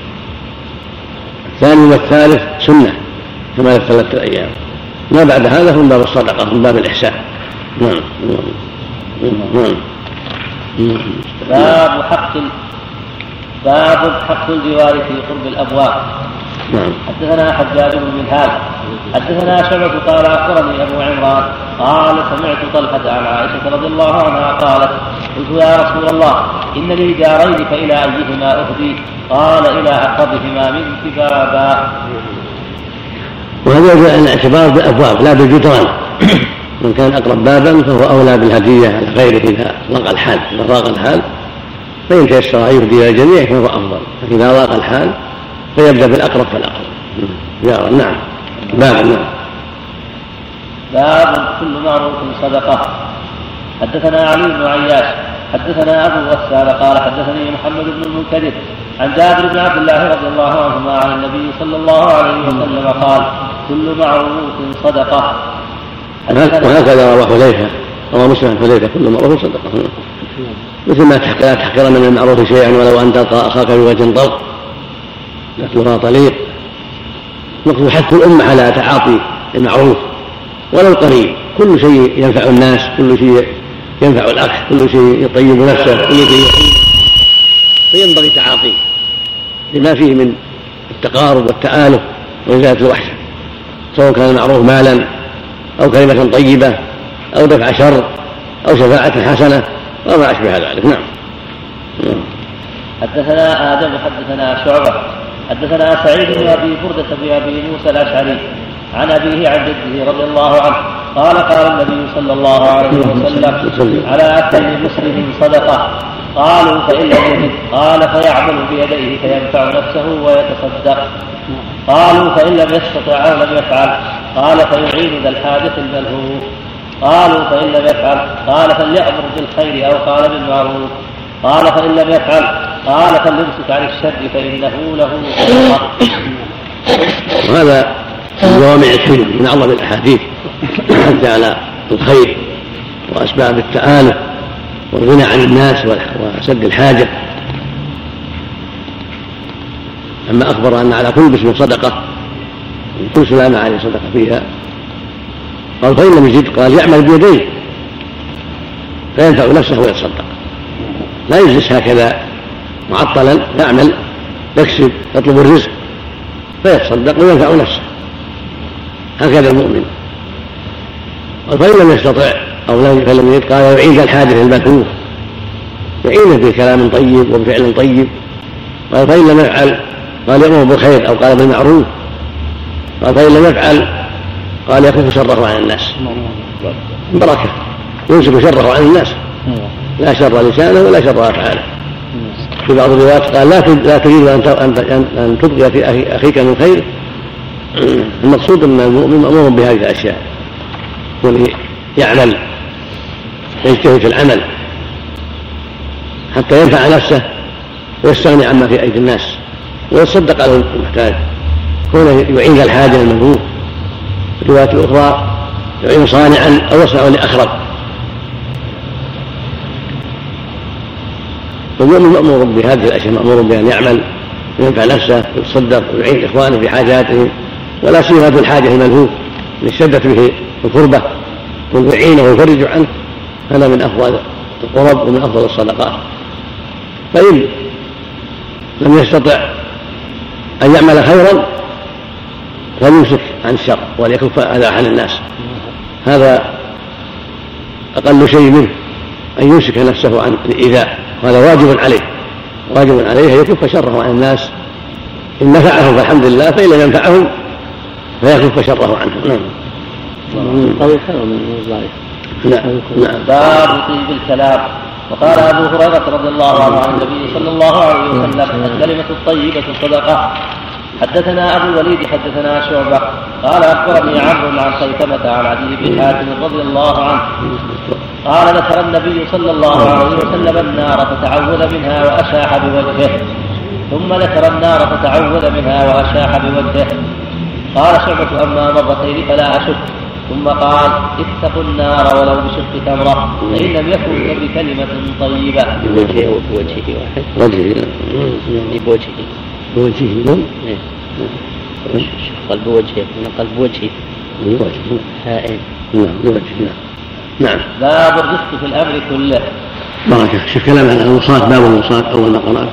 الثاني والثالث سنة كما ثلاثة أيام. ما بعد هذا من باب الصدقة من باب الإحسان. نعم نعم باب حق باب حق الجوار في قرب الأبواب. نعم. حدثنا حجاج بن منهال حدثنا شعبة قال أخبرني أبو عمران قال سمعت طلحة عن عائشة رضي الله عنها قالت قلت يا رسول الله إن لي جارين فإلى أيهما أهدي؟ قال إلى أقربهما منك بابا. وهذا يجب الاعتبار بالأبواب لا بالجدران. من كان أقرب بابا فهو أولى بالهدية على غيره إذا ضاق الحال. إذا ضاق الحال فإن تيسر أن يهدي الجميع فهو أفضل، فإذا ضاق الحال فيبدأ بالأقرب فالأقرب. جارا. نعم. باب. نعم. باب كل معروف صدقة. حدثنا علي بن عياش حدثنا أبو غسان قال حدثني محمد بن المنكدر عن جابر بن عبد الله رضي الله عنهما عن النبي صلى الله عليه وسلم قال كل معروف صدقة. وهكذا رواه حذيفة رواه مسلم حذيفة كل معروف صدقة، مثل ما لا تحقرن من المعروف شيئا ولو أن تلقى أخاك بوجه طلق مثلها طليق. نقصد حث الأمة على تعاطي المعروف ولو قليل، كل شيء ينفع الناس، كل شيء ينفع الأخ، كل شيء يطيب نفسه، كل شيء فينبغي تعاطيه لما فيه من التقارب والتآلف وإزالة الوحشة، سواء كان المعروف مالا أو كلمة طيبة أو دفع شر أو شفاعة حسنة وما أشبه ذلك. نعم. حدثنا آدم حدثنا شعبة حدثنا سعيد بن أبي بردة بأبي موسى الأشعري عن أبيه عن جده رضي الله عنه قال قال النبي صلى الله عليه وسلم على أكل مسلم صدقة. قالوا فإن لم يجد قال فيعمل بيديه فينفع نفسه ويتصدق. قالوا فإن لم يستطع أو لم يفعل قال فيعين ذا الحاجة الملهوف. قالوا فإن لم يفعل قال فليأمر بالخير أو قال بالمعروف. قال فإن لم يفعل قال فليمسك عن الشر فإنه له صدقة. وهذا من جوامع الكلم من أعظم الأحاديث حتى على الخير وأسباب التآلف والغنى عن الناس وسد الحاجة. أما أخبر أن على كل باسم صدقة، كل سلامة عليه صدقة فيها. قال فإن لم يجد قال يعمل بيديه فينفع نفسه ويتصدق، لا يجلس هكذا معطلا، يعمل يكسب يطلب الرزق فيتصدق وينفع نفسه، هكذا المؤمن. فإن لم يستطع أو لم يجد قال يعين الحادث الملهوف، يعينه بكلام طيب وبفعل طيب. قال فإن لم يفعل قال يأمر بالخير أو قال بالمعروف. قال فإن لم يفعل قال يكف شره عن الناس، بركة يمسك شره عن الناس، لا شر لسانه ولا شر أفعاله. في بعض الروايات قال لا تريد أن تبقي في أخيك من خير. المقصود أن المؤمن مأمور بهذه الأشياء، يعمل يجتهد في العمل حتى ينفع نفسه ويستغني عما في أيدي الناس ويتصدق على المحتاج، كونه يعين الحاجة الملهوف. في الروايات الأخرى يعين صانعا أو يصنع لأخرب. فالمؤمن مأمور بهذه الأشياء، مأمور بأن يعمل وينفع نفسه ويتصدق ويعين إخوانه في حاجاتهم، ولا سيما ذو الحاجة الملهوف للشدة به القربة ويعينه ويفرج عنه، هذا من أفضل القرب ومن أفضل الصدقات. فإن لم يستطع أن يعمل خيرا فليمسك عن الشر وليكف أذى عن الناس، هذا أقل شيء منه أن يمسك نفسه عن الإيذاء، وهذا واجب عليه واجب عليه أن يكف شره عن الناس. إن نفعهم فالحمد لله، فإن لم ينفعهم فيكف شره عنهم. نعم. نعم. باب طيب الكلام. وقال أبو هريرة رضي الله عنه عن النبي صلى الله عليه وسلم الكلمة الطيبة صدقة. حدثنا أبو الوليد حدثنا شعبة قال أخبرني عمرو عن خيثمة عن عدي بن حاتم رضي الله عنه قال ذكر النبي صلى الله عليه وسلم النار فتعوذ منها وأشاح بوجهه، ثم ذكر النار فتعوذ منها وأشاح بوجهه. قال شعبة أما مرتين فلا أشك، ثم قال اتقوا النار ولو بشق تمرة فإن لم يكن بكلمة طيبة. بوجهه وجهه واحد وجهه بوجهه بوجهه قلب وجهه من قلب وجهه بوجهه هائل. نعم بوجهه. نعم. باب الرزق في الأمر كله. بركة. شوف كلام عن الوصاة، باب الوصاة أول ما قرأت.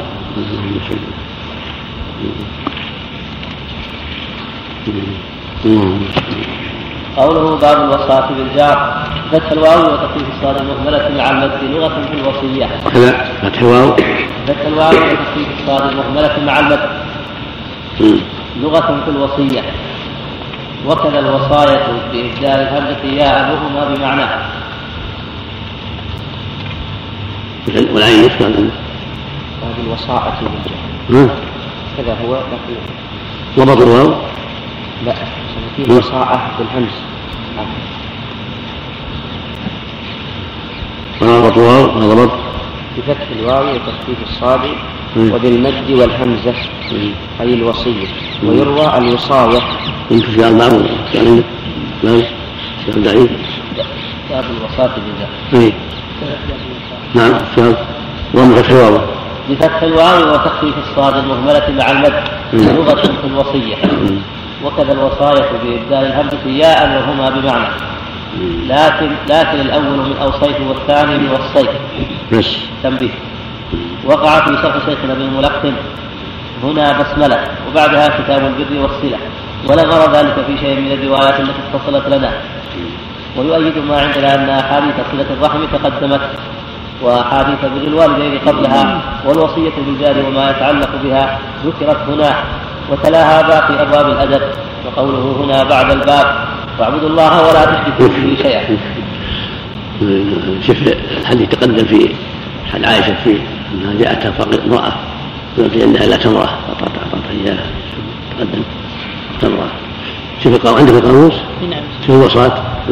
قوله باب الوصاة بالجار، فتح الواو وتخفيف الصاد المهملة مع المد لغة في الوصية. وكذا فتح الواو فتح الواو وتخفيف الصاد المهملة مع المد لغة في الوصية. وكذا الوصاية بإبدال الهمزة ياء أبوهما بمعناه. والعين يشمل عنه هذه الوصاعة بالجار كذا هو ضبط الواو. لا فيه وصاعة بالهمز. ضبط الواو ضبط بفتح الواو وتخفيف الصاد وبالمد والهمزة أي الوصية. ويروى الوصاية. كنت في أربعة يعني لا في ضعيف باب الوصاة بالجار. نعم في ضم فتح الواو بفتح الواو وتخفيف الصاد المهملة مع المد لغة في الوصية. وكذا الوصاية بإبدال الهمزة ياء وهما بمعنى. لكن لكن الأول من أوصيت والثاني من وصيت. بس تنبيه. وقع في شرح شيخنا ابن الملقن هنا بسملة وبعدها كتاب البر والصلة، ولا غير ذلك في شيء من الروايات التي اتصلت لنا. ويؤيد ما عندنا أن أحاديث صلة الرحم تقدمت وأحاديث بر الوالدين قبلها، والوصية بالجار وما يتعلق بها ذكرت هنا وتلاها باقي أبواب الأدب. وقوله هنا بعد الباب واعبدوا الله ولا تشركوا به شيئا. شوف الحديث تقدم في حد عائشة فيه أنها جاءتها امرأة في عندها لا تمرة فأعطت إياها تقدم تمرة. شوف القانون عندك القانوس شوف الوصاة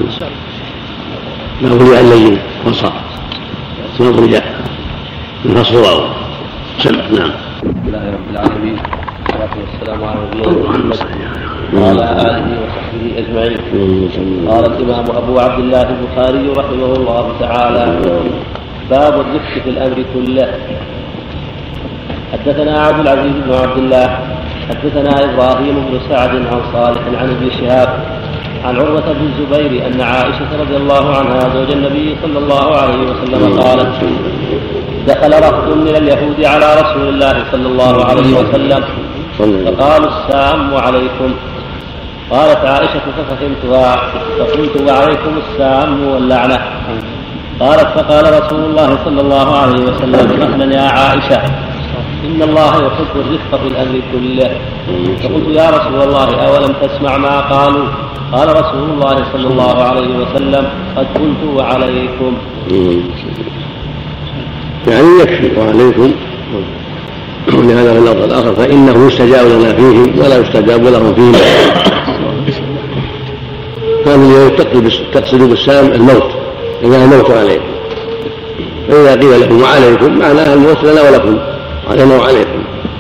ما أقول الليل وصاة ما أقول جاء الفصل واو سمع. نعم. بسم الله رب العالمين والصلاة والسلام على نبينا محمد وعلى آله وصحبه أجمعين. قال الإمام أبو عبد الله البخاري رحمه الله تعالى باب الرفق في الأمر كله. حدثنا عبد العزيز بن عبد الله حدثنا إبراهيم بن سعد عن صالح عن ابن شهاب عن عروة بن الزبير أن عائشة رضي الله عنها زوج النبي صلى الله عليه وسلم قالت دخل رهط من اليهود على رسول الله صلى الله عليه وسلم فقالوا السلام عليكم. قالت عائشة ففهمتها فقلت وعليكم السلام واللعنة. قالت فقال رسول الله صلى الله عليه وسلم مهلا يا عائشة إن الله يحب الرفق في الأمر كله. فقلت يا رسول الله أولم تسمع ما قالوا؟ قال رسول الله صلى الله عليه وسلم قد قلت وعليكم. يعني يكفي وعليكم لهذا في اللفظ الآخر فإنه يستجاب لنا فيه ولا يستجاب لهم فيه. هذا تقصد بالسلام الموت إذا الموت عليكم. فإذا قيل لكم وعليكم معناها الموت لنا ولكم علينا وعليكم.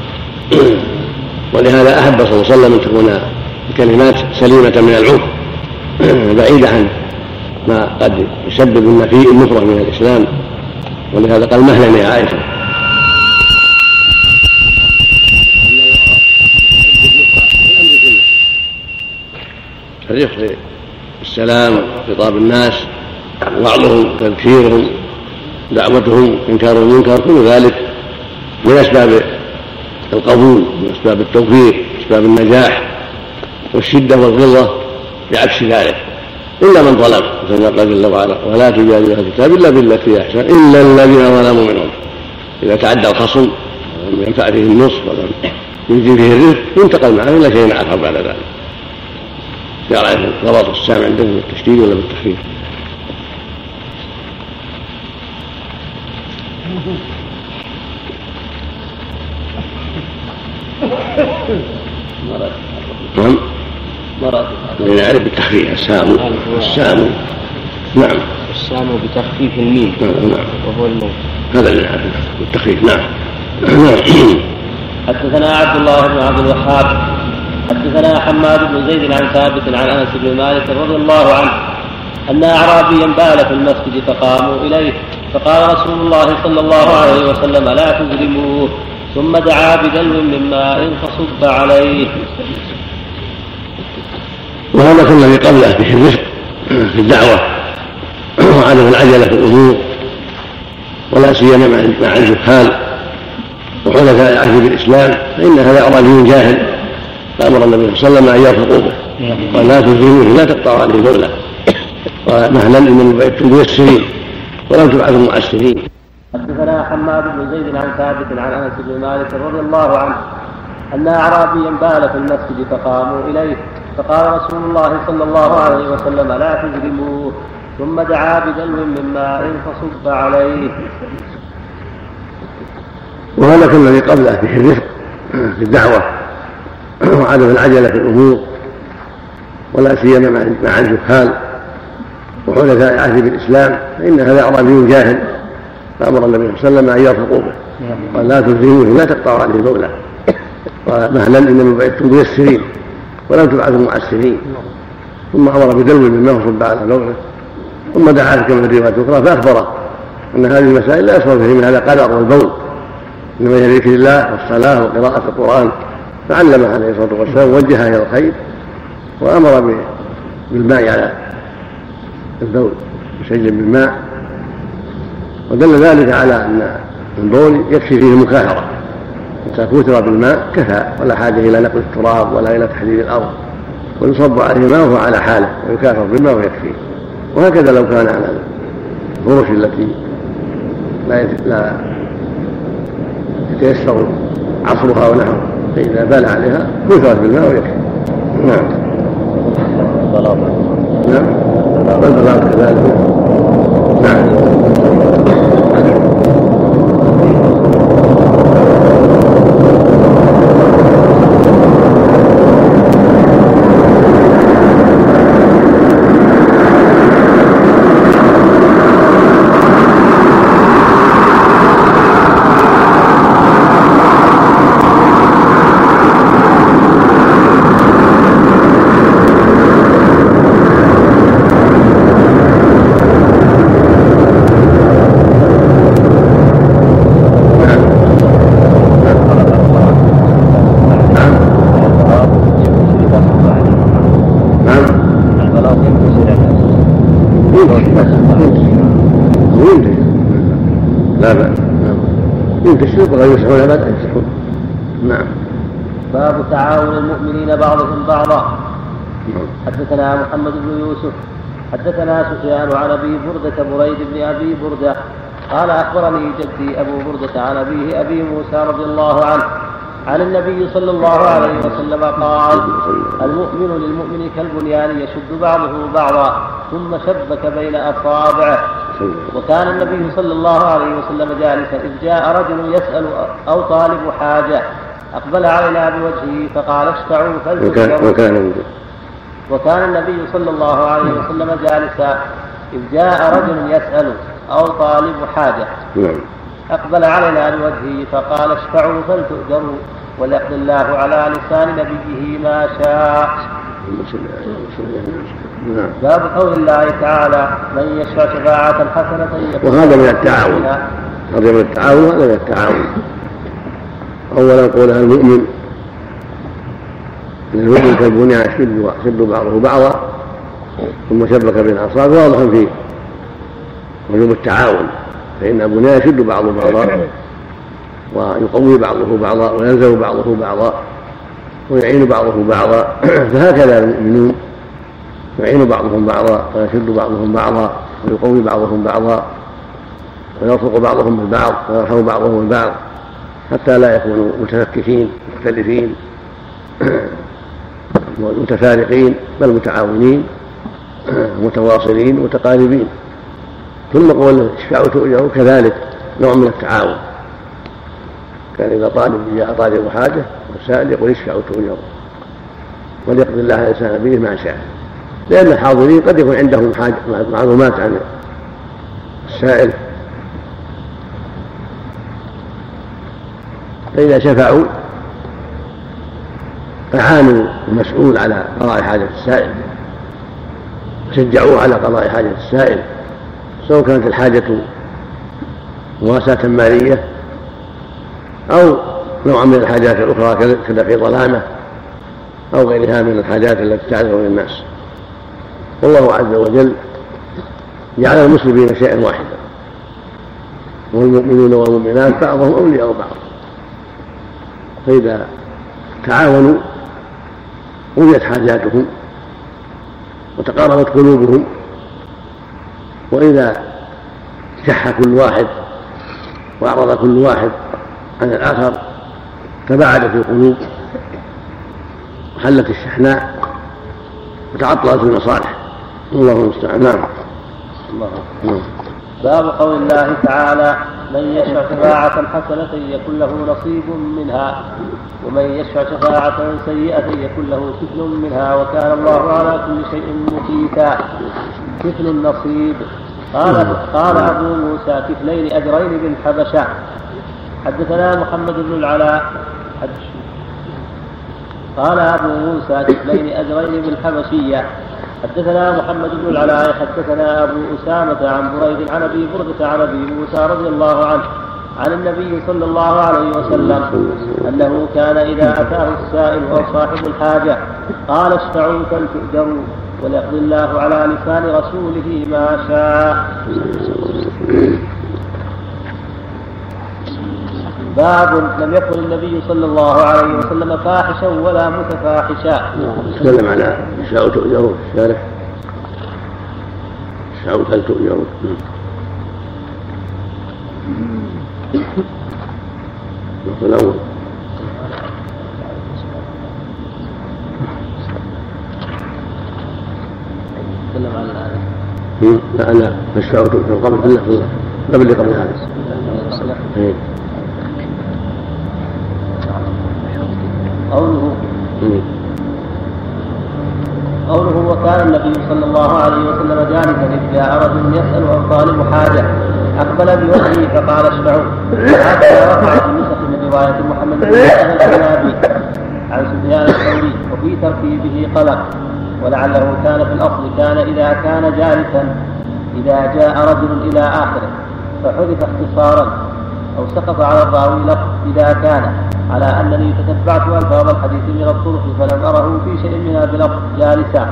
ولهذا أحب صلى الله عليه وسلم أن تكون الكلمات سليمة من العنف بعيدة عن ما قد يسبب النفي النفرة من الإسلام. ولهذا قال مهلا يا عائشة. الرفق السلام خطاب الناس وعظهم تذكيرهم دعوتهم انكار المنكر كل ذلك من اسباب القبول من اسباب التوفيق اسباب النجاح والشده والغلظه بعكس ذلك الا من ظلم كما قال جل وعلا ولا تجادلوا اهل الكتاب الا بالتي احسن الا الذين ظلموا منهم. اذا تعدى الخصم ولم ينفع فيه النصف ولم يجزي فيه الرزق ينتقل معه الى شيء اخر بعد ذلك. يعرف ضبط السامع عنده بالتشديد ولا بالتخفيف. نعم مراد يعرف بالتخفيف السام السام نعم السام بتخفيف الميم نعم وهو الموت هذا اللي نعرفه بالتخفيف. نعم. حدثنا عبد الله بن عبد الوهاب حدثنا حماد بن زيد عن ثابت عن انس بن مالك رضي الله عنه ان اعرابيا بال في المسجد فقاموا اليه فقال رسول الله صلى الله عليه وسلم لا تظلموه ثم دعا بدلو من ماء فصب عليه. وهذا كل الذي قبله فيه الرفق في الدعوه وعدم العجله في الامور ولا سيما مع الجهال وحدثاء العهد بالإسلام، فإن هذا أعرابي جاهل فأمر النبي صلى الله عليه وسلم أن يرفقوا به ولا تزهموه لا تقطعوا عليه دولة، ومهلا إنما بعثتم ميسرين ولم تبعثوا معسرين. حدثنا حماد بن زيد عن ثابت عن أنس بن مالك رضي الله عنه أن أعرابيا بال في المسجد فقاموا إليه فقال رسول الله صلى الله عليه وسلم لا تجرموه، ثم دعا بدلو من ماء فصب عليه. وهذا كالذي قبله فيه الرفق في الدعوة وعدم العجلة في الأمور، ولا سيما مع الجهال وحدثاء العهد بالإسلام، فإن هذا أعرابي جاهل فأمر النبي صلى الله عليه وسلم أن يرفقوا به قال لا تزهموه لا تقطعوا عليه دولة، ومهلا إنما بعثتم ميسرين ولم تبعثوا معسرين. ثم أمر بدلو مما فصب على دولة، ثم دعا كما في الرواية الأخرى فأخبره أن هذه المسائل لا يصرف فيه من هذا قدر والبول، إنما هي ذكر الله والصلاة وقراءة القرآن، فعلم عليه الصلاة والسلام ووجهها إلى الخير وأمر بالماء على البول بشيء بالماء، ودل ذلك على أن البول يكفي فيه المكاثرة، إذا كثر بالماء كفى ولا حاجة إلى نقل التراب ولا إلى تحديد الأرض، ويصب عليه ماء وهو على حاله ويكاثر بالماء ويكفيه. وهكذا لو كان على الفرش التي لا يتيسر عصرها ونحوه فإذا بال عليها كثرت بالماء ويكفي. نعم نعم والبلاط كذلك. نعم ولا يمسحون لا يمسحون. نعم. باب تعاون المؤمنين بعضهم بعضا. حدثنا محمد بن يوسف حدثنا سفيان عن ابي برده بريد بن ابي برده قال اخبرني جدي ابو برده عن ابيه ابي موسى رضي الله عنه عن النبي صلى الله عليه وسلم قال المؤمن للمؤمن كالبنيان يشد بعضه بعضا ثم شبك بين اصابعه. وكان النبي صلى الله عليه وسلم جالسا إذ جاء رجل يسأل أو طالب حاجة أقبل علينا بوجهه فقال اشفعوا فلتؤجروا. وكان, وكان النبي صلى الله عليه وسلم جالسا إذ جاء رجل يسأل أو طالب حاجة أقبل علينا بوجهه فقال اشفعوا فلتؤجروا وليقضي الله على لسان نبيه ما شاء. باب قول الله تعالى من يشفع شفاعة حسنة. وهذا من التعاون، هذا من التعاون وهذا من التعاون. أولا قولها المؤمن المؤمن كالبنيان يشد بعضه بعضا ثم شبك بين أصابعه، واضح فيه وجوب التعاون، فإن البنيان يشد بعضه بعضا ويقوي بعضه بعضا وينزل بعضه بعضا ويعين بعضه بعضا، فهكذا المؤمنون يعين بعضهم بعضا ويشد بعضهم بعضا ويقوي بعضهم بعضا ويرفق بعضهم بالبعض ويرحم بعضهم البعض حتى لا يكونوا متفككين مختلفين متفارقين، بل متعاونين متواصلين متقاربين. ثم قول اشفعوا تؤجروا كذلك نوع من التعاون، كان إذا طالب جاء طالب حاجة والسائل يقول اشفعوا تؤجروا وليقضي الله على لسان نبيه ما شاء، لأن الحاضرين قد يكون عندهم حاجة معلومات عن السائل، فإذا شفعوا أعانوا المسؤول على قضاء حاجة السائل وشجعوه على قضاء حاجة السائل، سواء كانت الحاجة مواساة مالية أو نوع من الحاجات الأخرى كدفع ظلامة أو غيرها من الحاجات التي تعرض للناس. والله عز وجل جعل المسلمين شيئا واحدا، والمؤمنون والمؤمنات بعضهم أولياء بعض، فإذا تعاونوا قضيت حاجاتهم وتقاربت قلوبهم، وإذا شح كل واحد وأعرض كل واحد عن الآخر تباعد في القلوب وحلت الشحناء وتعطلت المصالح. الله المستعان. نعم. الله. باب قول الله تعالى: من يشفع شفاعة حسنة يكن له نصيب منها، ومن يشفع شفاعة سيئة يكن له كفل منها، وكان الله على كل شيء مقيتا. كفل النصيب. قال قال أبو موسى: كفلين أجرين بالحبشة. حدثنا محمد بن العلاء. قال أبو موسى: كفلين أجرين بالحبشية. حدثنا محمد بن العلاء حدثنا أبو أسامة عن بريد عن أبي بردة عن أبي موسى رضي الله عنه عن النبي صلى الله عليه وسلم أنه كان إذا أتاه السائل أو صاحب الحاجة قال: اشفعوا فلتؤجروا وليقضي الله على لسان رسوله ما شاء. باب لم يكن النبي صلى الله عليه وسلم فاحشا ولا متفاحشا. تكلم على شاءوا تؤجرون الشارح، شاءوا فلتؤجرون. الأول تكلم على الآية. لا أنا فالشاءوا تؤجرون قبل قبل قبل قبل هذا. قوله قوله وكان النبي صلى الله عليه وسلم جالسا إذ جاء رجل يسأل عن طالب حاجة أقبل بوجهه فقال: اشفعوا. هذا وقع في نسخ من رواية محمد بن الكلابي عن سفيان الثوري وفي ترتيبه قلق، ولعله كان في الأصل كان إذا كان جالسا إذا جاء رجل إلى آخره، فحذف اختصارا أو سقط على الراوي لفظ إذا كان، على أنني تتبعت ألفاظ الحديث من الطرق فلم أره في شيء منها بلفظ جالسا.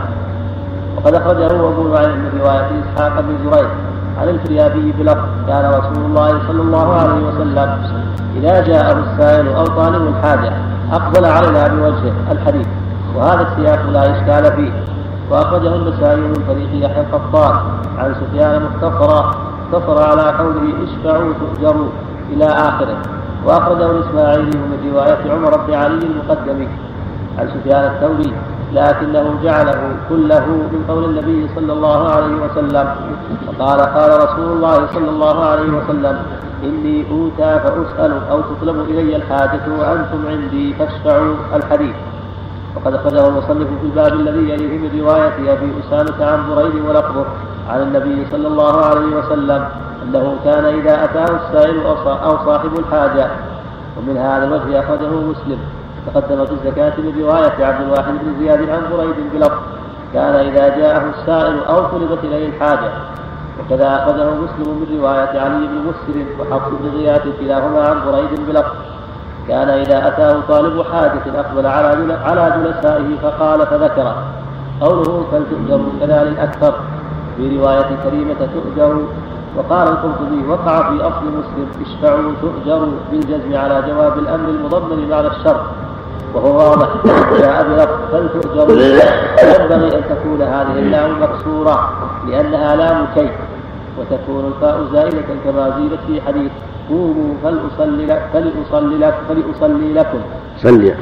وقد أخرجه أبو نعيم من رواية إسحاق بن زريع عن الفريابي بلفظ: كان رسول الله صلى الله عليه وسلم إذا جاءه السائل أو طالب الحاجة أقبل علينا بوجهه الحديث، وهذا السياق لا إشكال فيه. وأخرجه النسائي من طريق يحيى القطان عن سفيان مختصرا اختصر على قوله: اشفعوا تؤجروا إلى آخره. وأخرجه الإسماعيلي من رواية عمر بن علي المقدمي عن سفيان الثوري، لكنه جعله كله من قول النبي صلى الله عليه وسلم، وقال: قال رسول الله صلى الله عليه وسلم: إني أوتى فأسأل أو تطلب إلي الحاجة وأنتم عندي فاشفعوا. الحديث. وقد أخرجه المصنف في الباب الذي يليه من رواية أبي أسامة عن بريد ولفظه عن النبي صلى الله عليه وسلم أنه كان إذا أتاه السائل أو صاحب الحاجة. ومن هذا الوجه أخرجه مسلم تقدم في الزكاة من رواية عبد الواحد بن زياد عن بريد بلفظ: كان إذا جاءه السائل أو طلبت إليه الحاجة. وكذا أخرجه مسلم من رواية علي بن مسلم وحفص بن غياث كلاهما عن بريد بلفظ: كان إذا أتاه طالب حاجة أقبل على جلسائه فقال فذكر. قوله فلتؤجروا كذلك أكثر في رواية كريمة تؤجروا. وقال القرطبي: وقع في أصل مسلم: اشفعوا تؤجروا بالجزم على جواب الأمر المضمن بعد الشر، وهو واضح. جاء بلفظ فلتؤجروا. ينبغي أن تكون هذه اللام مكسورة لأنها لام كي، وتكون الفاء زائلة كما زيدت في حديث: قوموا فلأصلي لك فلأصلي لك فلأصلي لكم. صلي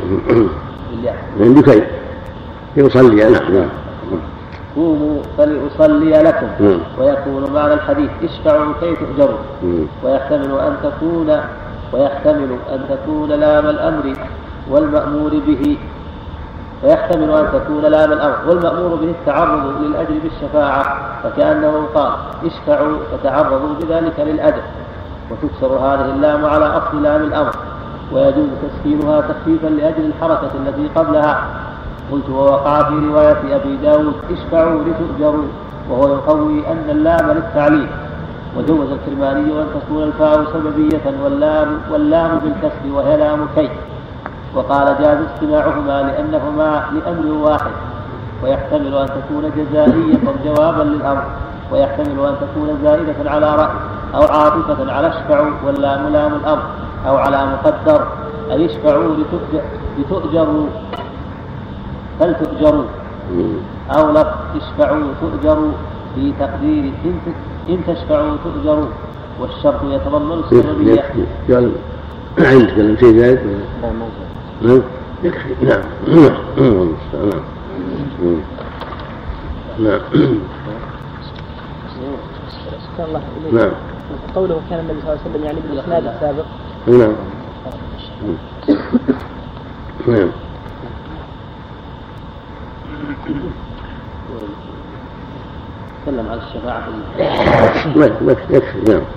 عندي كي يصلي. نعم. قوموا فلأصلي لكم. ويكون معنى الحديث: اشفعوا كي تؤجروا. ويحتمل أن تكون ويحتمل أن تكون لام الأمر والمأمور به ويحتمل أن تكون لام الأمر والمأمور به التعرض للأجر بالشفاعة، فكأنه قال: اشفعوا فتعرضوا بذلك للأجر. وتكسر هذه اللام على أصل لام الأمر، ويجوز تسكينها تخفيفا لأجل الحركة التي قبلها. قلت: ووقع في رواية أبي داود: اشفعوا لتؤجروا، وهو يقوي أن اللام للتعليل. وجوز الكرماني أن تكون الفاء سببية واللام, واللام بالكسر وهي لام كي. وقال: جاز استماعهما لأنهما لأمر واحد. ويحتمل أن تكون جزائية جوابا للأمر، ويحتمل أن تكون زائدة على رأي. أو عاطفة على اشفعوا واللام لام الأمر أو على مقدر أي اشفعوا لتؤجروا فلتؤجروا أو لفظ اشفعوا تؤجروا في تقدير إن تشفعوا تؤجروا والشرط يتضمن السببية. قال عندك كلام شيء زايد؟ لا ما زال. يكفي. نعم نعم نعم الله نعم. قوله كان النبي صلى الله عليه وسلم يعني بالإسناد السابق. نعم نعم. تكلم على الشفاعة يكفي يكفي. نعم.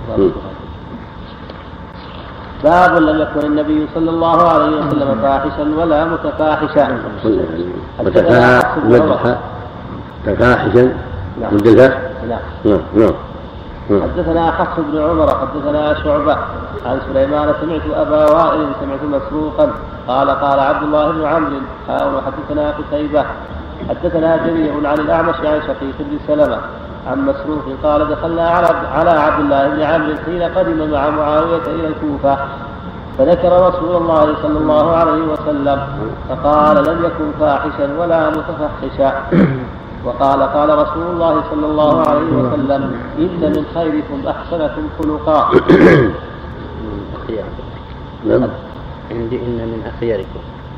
باب لم يكن النبي صلى الله عليه وسلم فاحشا ولا متفاحشا. متفاحشا مدلها. نعم نعم. حدثنا حفص بن عمر حدثنا شعبة عن سليمان سمعت أبا وائل سمعت مسروقا قال قال عبد الله بن عمرو حاول حدثنا قتيبة حدثنا جرير عن الأعمش عن شقيق بن سلمة عن مسروق قال دخلنا على عبد الله بن عمرو حين قدم مع معاوية إلى الكوفة فذكر رسول الله صلى الله عليه وسلم فقال لم يكن فاحشا ولا متفحشا وقال قال رسول الله صلى الله عليه وسلم إن من خيركم أحسنكم خلقا. عندي إن من أخياركم.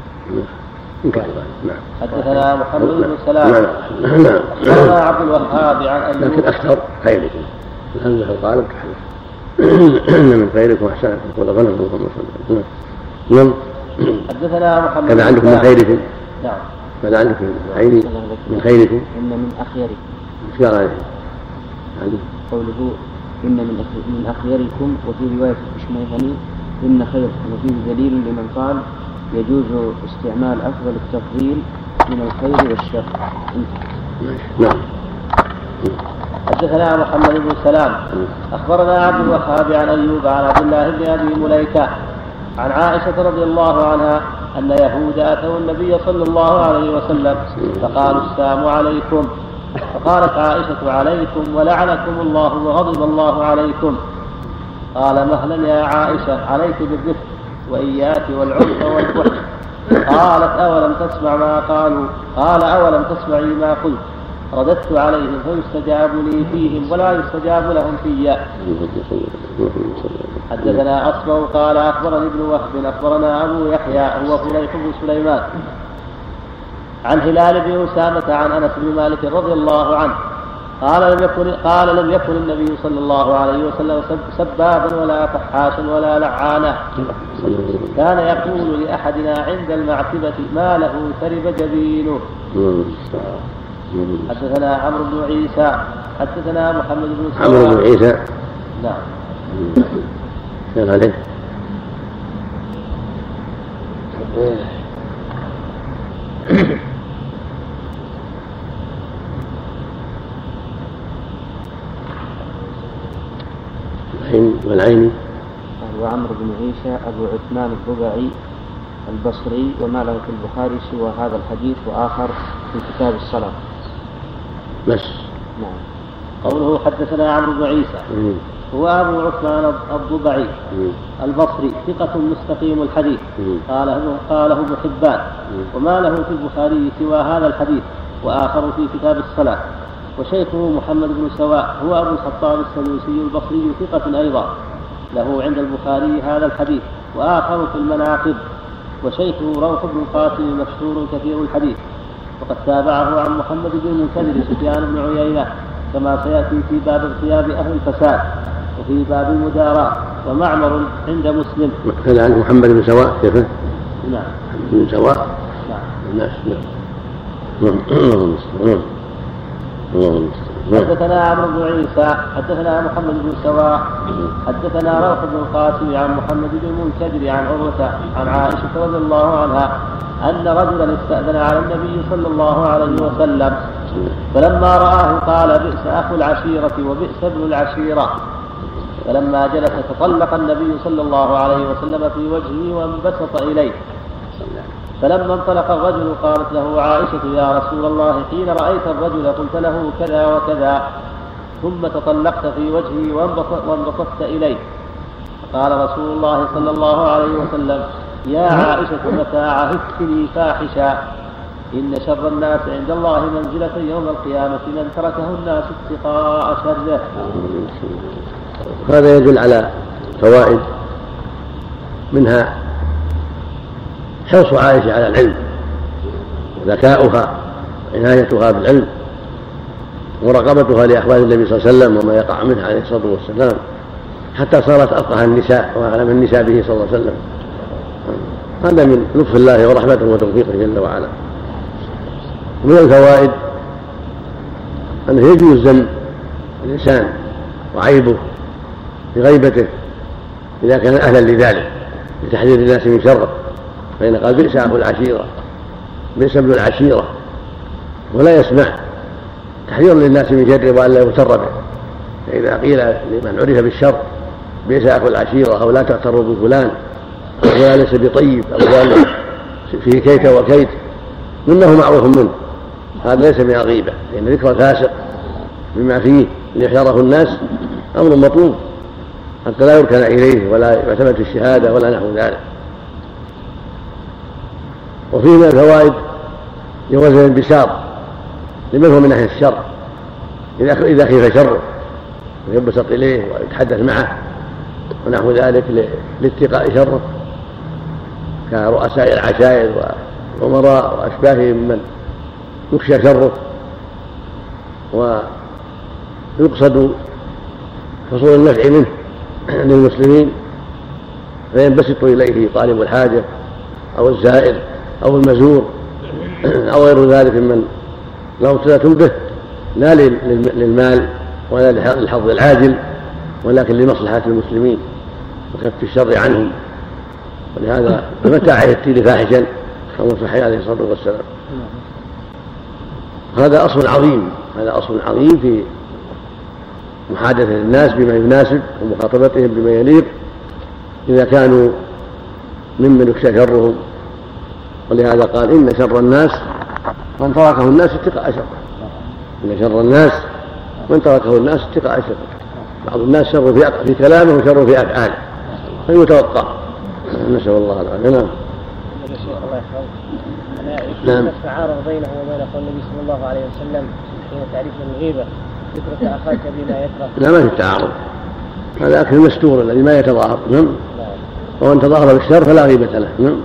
حدثنا محمد بن سلام أخبرنا عبد الوهاب عن أيوب لكن أكثر خيركم لأنه قال إن من خيركم أحسنكم خلقا. نعم. حدثنا محمد هذا عندكم من خيركم. نعم. ماذا عندكم من خيركم؟ إن من أخياركم. إيش قال عليه؟ قوله إن من من أخياركم وفي رواية الشميخاني إن خير وفيه دليل لمن قال يجوز استعمال أفضل التفضيل من الخير والشر. نعم. حدثنا محمد بن سلام أخبرنا عبد الوهاب عن أيوب عن عبد الله بن أبي مليكة عن عائشة رضي الله عنها أن يهود أتوا النبي صلى الله عليه وسلم فقالوا السلام عليكم فقالت عائشة عليكم ولعنكم الله وغضب الله عليكم. قال مهلا يا عائشة عليك بالرفق وإياك والعنف والفحش. قالت أولم تسمع ما قالوا قال أولم تسمعي ما قلت رددت عليهم فيستجاب لي فيهم ولا يستجاب لهم فيا. حدثنا أصبغ قال أخبرني ابن وهب أخبرنا أبو يحيى هو فليح بن سليمان عن هلال بن أسامة عن أنس بن مالك رضي الله عنه قال لم يكن قال لم يكن النبي صلى الله عليه وسلم سبابا ولا فحاشا ولا لعانا كان يقول لأحدنا عند المعتبة ما له ترب جبينه. حدثنا عمرو بن عيسى حدثنا محمد بن سلام عمرو بن عيسى. نعم. كان عليه والعين. وعمرو بن عيسى أبو عثمان الضبعي البصري وما له في البخاري سوى هذا الحديث وآخر في كتاب الصلاة بس. نعم. قوله حدثنا عمرو بن عيسى مم. هو أبو عثمان الضبعي مم. البصري ثقة مستقيم الحديث مم. قاله قاله ابن حبان وما له في البخاري سوى هذا الحديث وآخر في كتاب الصلاة. وشيخه محمد بن سواء هو أبو الخطاب السدوسي البصري ثقة أيضا له عند البخاري هذا الحديث وآخر في المناقب. وشيخه روح بن القاسم مشهور كثير الحديث وقد تابعه عن محمد بن المنكدر سفيان بن عيينة كما سيأتي في باب اغتياب أهل الفساد وفي باب المداراة ومعمر عند مسلم. هذا عن محمد بن سواء كيف؟ نعم. بن سواء. نعم. الناس. نعم. حدثنا عمرو بن عيسى حدثنا محمد بن سواء حدثنا روح بن القاسم عن محمد بن المنكدر عن عروة عن عائشة رضي الله عنها أن رجلا استأذن على النبي صلى الله عليه وسلم فلما رآه قال بئس أخو العشيرة وبئس ابن العشيرة. فلما جلس تطلق النبي صلى الله عليه وسلم في وجهه وانبسط إليه. فلما انطلق الرجل قالت له عائشة يا رسول الله حين رأيت الرجل قلت له كذا وكذا ثم تطلقت في وجهي وانبسطت إليه. فقال رسول الله صلى الله عليه وسلم: يا عائشة متى عهدت لي فاحشا؟ إن شر الناس عند الله منزلة يوم القيامة من تركه الناس اتقاء شره. هذا يدل على فوائد، منها حرص عائشة على العلم وذكاؤها وعنايتها بالعلم ورغبتها لأخبار النبي صلى الله عليه وسلم وما يقع منه عليه الصلاة والسلام، حتى صارت أفقه النساء وأعلم النساء به صلى الله عليه وسلم. هذا من لطف الله ورحمته وتوفيقه جل وعلا. من الفوائد أنه يجوز ذم الإنسان وعيبه بغيبته إذا كان أهلا لذلك لتحذير الناس من شره، فإن قال: بئس أخو العشيرة، بئس ابن العشيرة، ولا يسمع تحذير للناس من شره وأن لا يغتر به. فإذا قيل لمن عرف بالشر بئس أخو العشيرة أو لا تغتروا بفلان أو فلان ليس بطيب أو فلان فيه كيت وكيت منه معروف منه، هذا ليس من الغيبة، لأن ذكر الفاسق بما فيه ليحذره الناس أمر مطلوب حتى لا يركن إليه ولا يعتمد في الشهادة ولا نحو ذلك. وفيه من الفوائد جواز الانبساط لمن هو من أهل الشر إذا خيف شره ينبسط إليه ويتحدث معه ونحو ذلك لاتقاء شره، كرؤساء العشائر وأمراء وأشباههم من يخشى شره ويقصد حصول النفع منه للمسلمين، فينبسط إليه طالب الحاجة أو الزائر أو المزور أو غير ذلك ممن له صلة به، لا للمال ولا للحظ العاجل ولكن لمصلحة المسلمين وكف الشر عنهم. ولهذا متى عهدت لي فاحشا كما صح عليه الصلاة والسلام. هذا أصل عظيم، هذا أصل عظيم في محادثة الناس بما يناسب ومخاطبتهم بما يليق إذا كانوا ممن يخشى شرهم. ولهذا قال: إن شر الناس من تركه الناس اتقاء شره. إن شر الناس من تركه الناس اتقاء شره. بعض الناس شر في كلامه وشر في أفعاله فيتوقع. نسأل الله العافية. نعم. نعم. التعارض بينه وبين قول النبي صلى الله عليه وسلم حين تعريف الغيبة ذكرك أخاك بما يكره. لا، ما في تعارض، هذا أكل المستور الذي ما يتظاهر. نعم. ومن تظاهر بالشر فلا غيبة له. نعم.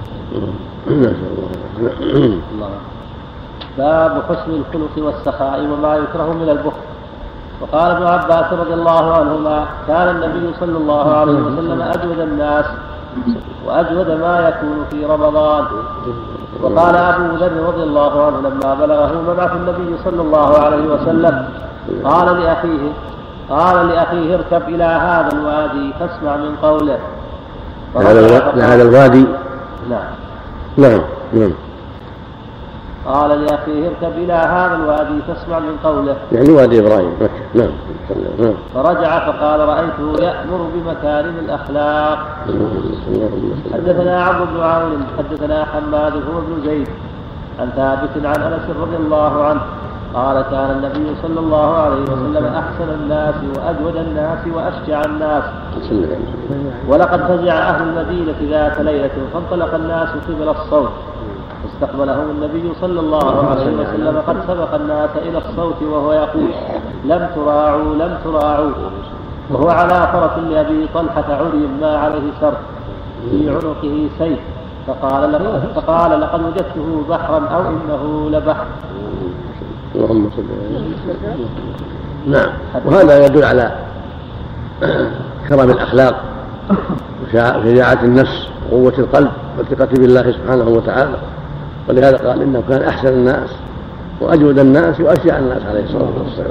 باب حسن الخلق والسخاء وما يكره من البخل. وقال ابن عباس رضي الله عنهما: كان النبي صلى الله عليه وسلم أجود الناس وأجود ما يكون في رمضان. وقال أبو ذر رضي الله عنه لما بلغه مبعث النبي صلى الله عليه وسلم قال لأخيه قال لأخيه اركب إلى هذا الوادي فاسمع من قوله. هذا الوادي. نعم. نعم. نعم. قال لأخيه اركب إلى هذا الوادي فاسمع من قوله، يعني وادي إبراهيم. نعم. نعم. فرجع فقال: رأيته يأمر بمكارم الأخلاق. حدثنا عمرو بن عون حدثنا حماد هو بن زيد عن ثابت عن أنس رضي الله عنه قال: كان النبي صلى الله عليه وسلم أحسن الناس وأجود الناس وأشجع الناس. ولقد فزع أهل المدينة ذات ليلة فانطلق الناس قبل الصوت فاستقبلهم النبي صلى الله عليه وسلم قد سبق الناس إلى الصوت وهو يقول: لم تراعوا لم تراعوا، وهو على فرس لأبي طلحة عري ما عليه سرف في عنقه سيف، فقال لقد, فقال لقد وجدته بحرا أو إنه لبحر. اللهم صل على. نعم. وهذا يدل على كرم الأخلاق وشجاعة النفس وقوة القلب والثقة بالله سبحانه وتعالى. ولهذا قال: إنه كان أحسن الناس وأجود الناس وأشجع الناس عليه الصلاة والسلام.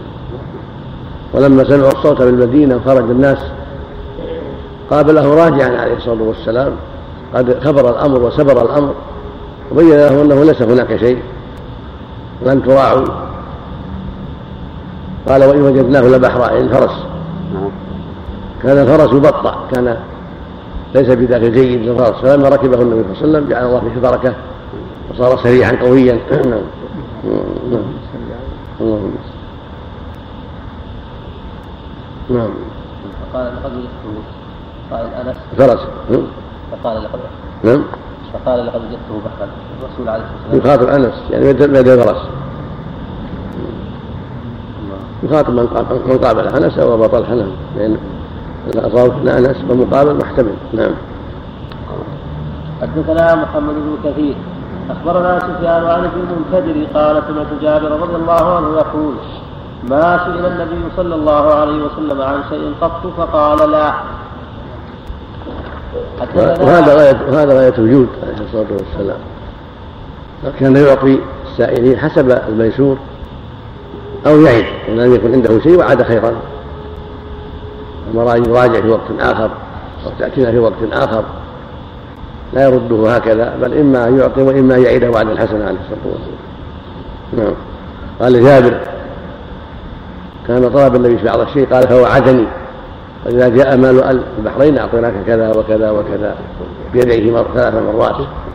ولما سمعوا الصوت بالمدينة وخرج الناس قابله راجعا عليه الصلاة والسلام قد خبر الأمر وسبر الأمر وبين له أنه ليس هناك شيء، لن تراعوا. قال: وإن وجدناه لبحر، عين الفرس. كان الفرس يبطأ، كان ليس بذاك جيد الفرس، فلما ركبه النبي صلى الله عليه وسلم جعل الله فيه بركة وصار سريعا قويا. نعم. فقال لقد وجدته قال أنس فرس. فقال لقد نعم. فقال لقد وجدته بحرا. الرسول عليه الصلاة والسلام يخاطب أنس يعني بيد فرس، يخاطب من قابل أنس أو أبا طلحة، لأن الأصاب أنس بالمقابل محتمل. نعم. حدثنا محمد بن كثير أخبرنا سفيان عن ابن المنكدر قال سمعت جابر رضي الله عنه يقول ما سئل النبي صلى الله عليه وسلم عن شيء قط فقال لا. وهذا غاية وهذا غاية الوجود عليه الصلاة والسلام، كان يعطي السائلين حسب الميسور أو يعد إن لم يكن عنده شيء وعاد خيرا، يراجع في وقت آخر أو تأتينا في وقت آخر، لا يرده هكذا، بل إما يعطي وإما يعيد وعد الحسن عليه الصلاة والسلام. نعم. قال جابر كان طلب النبي في بعض الشيء قال فوعدني، وإذا جاء مال البحرين أعطيناك كذا وكذا وكذا بيدعه ثلاث مرات.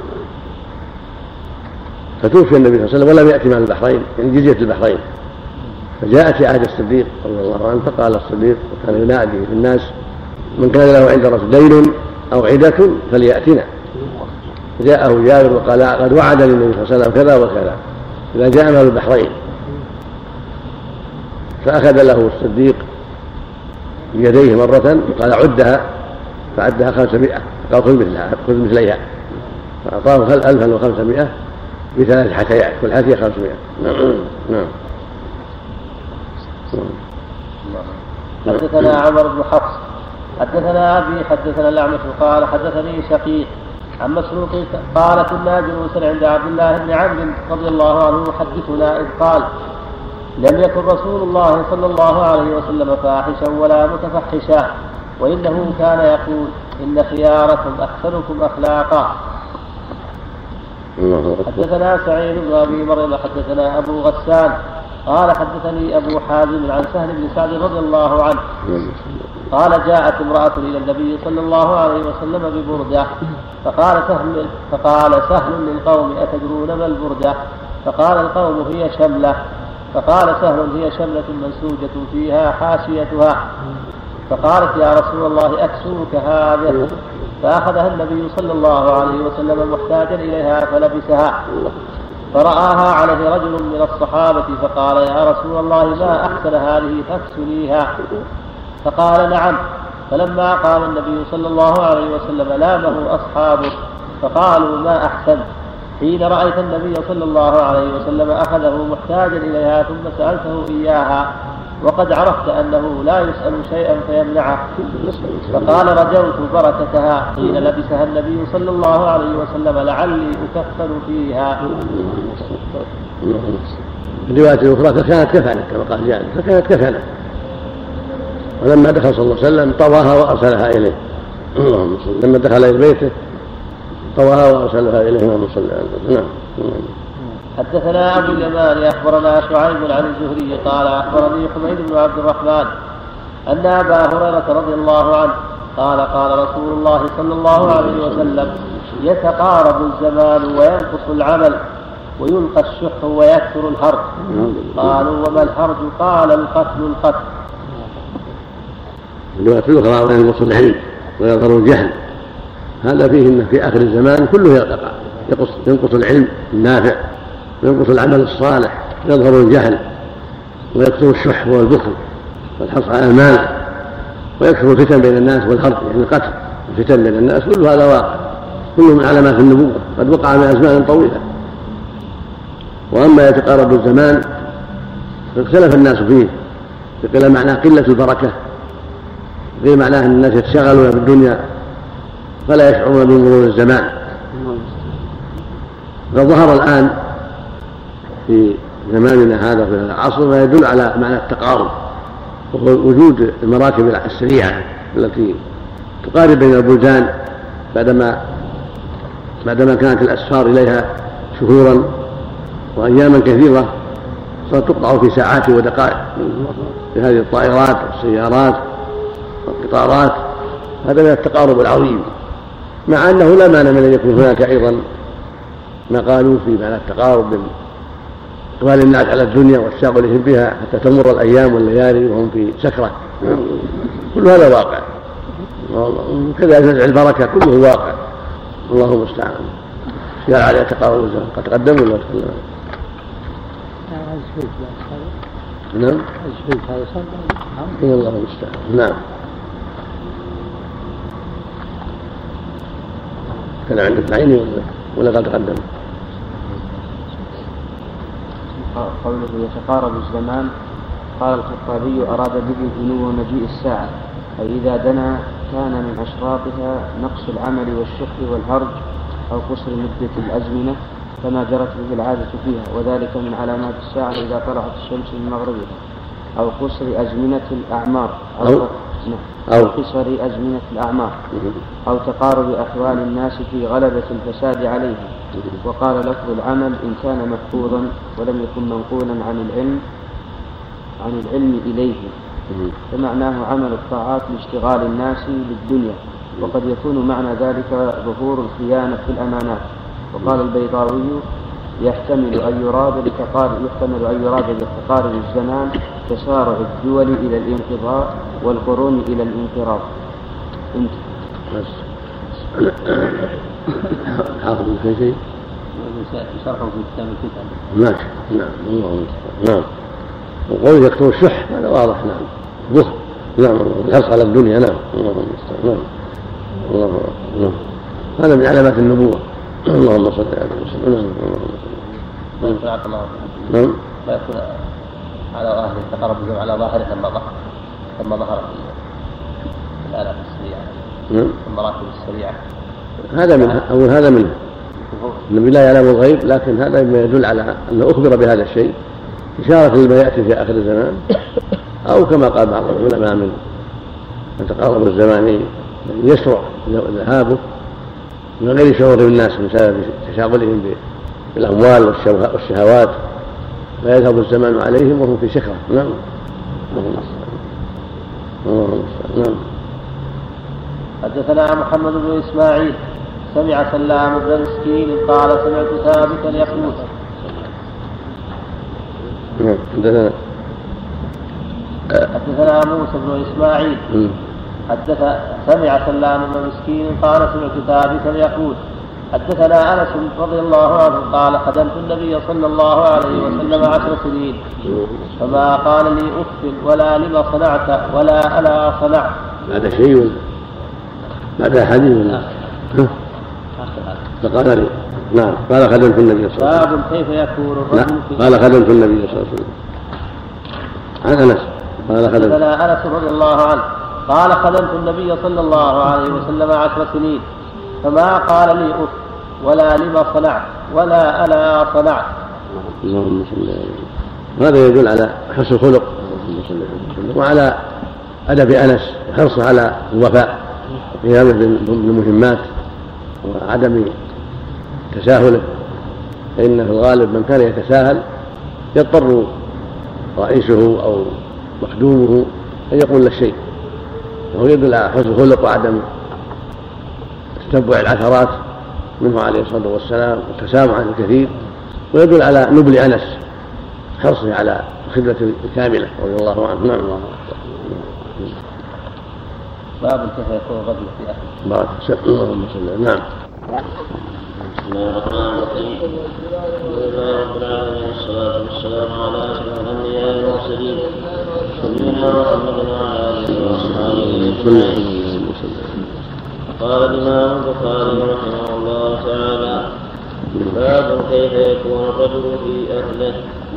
فتوفي النبي صلى الله عليه وسلم ولم يأتي مال البحرين يعني جزية البحرين، فجاءت في عهد الصديق رضي الله عنه فقال الصديق وكان ينادي في الناس من كان له عند رسول دين أو عدة فليأتنا. جاءه جابر وقال قد وعد النبي صلى الله عليه وسلم كذا وكذا إذا جاء مال البحرين، فأخذ له الصديق بيديه مرة وقال عدها فعدها خمسمائة، قال خذ مثلها خذ مثليها، فأعطاه ألفا وخمسمائة بثلاث حكايات كل حكاية خمسمائة. نعم. نعم. حدثنا عمر بن حفص حدثنا أبي حدثنا الأعمش قال حدثني شقيق عن مسروق قال كنا جلوسا عند عبد الله بن عمرو رضي الله عنه يحدثنا إذ قال لم يكن رسول الله صلى الله عليه وسلم فاحشا ولا متفحشا، وإنه كان يقول إن خياركم أحسنكم أخلاقا. حدثنا سعيد بن أبي مريم حدثنا أبو غسان قال حدثني أبو حازم عن سهل بن سعد رضي الله عنه قال جاءت امرأة إلى النبي صلى الله عليه وسلم ببردة فقال سهل, فقال سهل للقوم أتدرون ما البردة؟ فقال القوم هي شملة، فقال سهل هي شملة منسوجة فيها حاشيتها، فقالت يا رسول الله أكسوك هذا؟ فأخذها النبي صلى الله عليه وسلم محتاجا إليها فلبسها، فرآها عليه رجل من الصحابة فقال يا رسول الله ما أحسن هذه فاكسنيها، فقال نعم. فلما قام النبي صلى الله عليه وسلم لامه أصحابه فقالوا ما أحسن. حين رأيت النبي صلى الله عليه وسلم أخذه محتاجا إليها ثم سألته إياها وقد عرفت أنه لا يسأل شيئا فيمنعه، فقال رجوت بركتها حين لبسها النبي صلى الله عليه وسلم لعلي أكفن فيها. الرواية الأخرى فكانت كفنة كما قال جابر، فكانت كفنة، ولما دخل صلى الله عليه وسلم طواها وأرسلها إليه. اللهم صل. لما دخل إلى بيته طواها وأرسلها إليه. اللهم صل على النبي. نعم. حدثنا أبو اليمان أخبرنا شعيب عن الزهري قال أخبرني حميد بن عبد الرحمن أن أبا هريرة رضي الله عنه قال قال رسول الله صلى الله عليه وسلم يتقارب الزمان وينقص العمل ويلقى الشح ويكثر الهرج. قالوا وما الهرج؟ قال القتل القتل. الرواية الأخرى وينقص العلم ويظهر الجهل، هذا فيه أنه في آخر الزمان كله يرتقى، ينقص العلم النافع وينقص العمل الصالح، يظهر الجهل ويكثر الشح والبخل والحرص على المال ويكثر الفتن بين الناس والهرج يعني القتل الفتن بين الناس، كل هذا واقع، كله من علامات النبوة قد وقع من أزمان طويلة. وأما يتقارب الزمان فاختلف الناس فيه، فقيل معناه قلة البركة، غير معناه أن الناس يتشغلون بالدنيا فلا يشعرون بمرور الزمان. فظهر الآن في زماننا هذا في العصر ما يدل على معنى التقارب، وهو وجود المراكب السريعة التي تقارب بين البلدان بعدما بعدما كانت الأسفار إليها شهورا وأياما كثيرة، صارت تقطع في ساعات ودقائق في هذه الطائرات والسيارات والقطارات. هذا من التقارب العظيم، مع أنه لا مانع من أن يكون هناك أيضا ما قالوا في معنى التقارب من إقبال الناس على الدنيا والشغلهم بها حتى تمر الأيام والليالي وهم في سكرة كل هذا واقع، وكذا نزع البركة كله واقع. الله المستعان. قال عليه تقارب الزمان قد تقدم ولا تكلم؟ نعم إن الله المستعان. نعم كان عندك عيني ولا ولا قد تقدم؟ قوله يتقارب الزمان، قال الخطابي أراد به دنو مجيء الساعة، أي إذا دنا كان من أشراطها نقص العمل والشق والهرج أو قصر مدة الأزمنة كما جرت به العادة فيها، وذلك من علامات الساعة إذا طلعت الشمس من مغربها، أو قصر أزمنة الأعمار أو, أو, أو قصر أزمنة الأعمار أو تقارب أحوال الناس في غلبة الفساد عليها. وقال لفظ العمل إن كان محفوظا ولم يكن منقولا عن العلم عن العلم إليه، فمعناه عمل الطاعات لاشتغال الناس بالدنيا، وقد يكون معنى ذلك ظهور الخيانة في الأمانات. وقال البيضاوي يحتمل أن يراد بتقارب يحتمل أن يراد بتقارب الزمان تسارع الدول إلى الانقضاء والقرون إلى الانقراض. انت بس حافظ في شيء شرحه في كتاب الفتن. ماشي. نعم الله نعم. وقول يكتب الشح هذا واضح. نعم بخل. نعم الحرص على الدنيا. نعم الله المستعان. نعم الله نعم هذا من علامات النبوة. اللهم صل على وسلم. ما يكون على نعم ما يكون على ظاهر التقرب على ظاهره لما ظهر لما ظهر الآلاف السريعة نعم المراتب السريعة. هذا منه أو هذا منه النبي لا يعلم الغيب، لكن هذا يدل على أنه أخبر بهذا الشيء إشارة لما يأتي في آخر الزمان، أو كما قال بعض العلماء من تقارب الزمان يسرع ذهابه من غير شعور بالناس بسبب تشاغلهم بالأموال والشهوات، فيذهب الزمان عليهم وهم في سكرة. نعم الله نعم. حدثنا محمد بن إسماعيل سمع سلام بن مسكين قال سمعت ثابتا يقول حدثنا حدثنا موسى بن إسماعيل حدث سمع سلام بن مسكين قال سمعت ثابتا يقول حدثنا أنس رضي الله عنه قال خدمت النبي صلى الله عليه وسلم عشر سنين فما قال لي أف ولا لما صنعت ولا ألا صنعت. هذا شيء بعد حديث فقال لي نعم قال خدمت النبي صلى الله عليه وسلم. باب كيف يكون الرجل في قال خدمت النبي صلى الله عليه وسلم عن أنس قال خدمت حدثنا أنس رضي الله عنه قال خدمت النبي صلى الله عليه وسلم عشر سنين فما قال لي أف ولا لما صنعت ولا ألا صنعت. اللهم صل على وسلم. هذا يدل على حسن الخلق وعلى أدب أنس وحرصه على الوفاء وقيامه بالمهمات وعدم تساهله، فإن في الغالب من كان يتساهل يضطر رئيسه أو مخدومه أن يقول له شيء، وهو يدل على حسن الخلق وعدم تتبع العثرات منه عليه الصلاة والسلام والتسامح عن الكثير، ويدل على نبل أنس حرصه على الخدمة الكاملة رضي الله عنه. نعم الله باب كيف يكون الرجل في أهله. بارك اللهم صل. نعم. بسم الله الرحمن الرحيم. الحمد لله رب العالمين والصلاة والسلام على أشرف الأنبياء والمرسلين سيدنا محمد وعلى آله وأصحابه أجمعين. قال الإمام البخاري رحمه الله تعالى باب كيف يكون الرجل في أهله.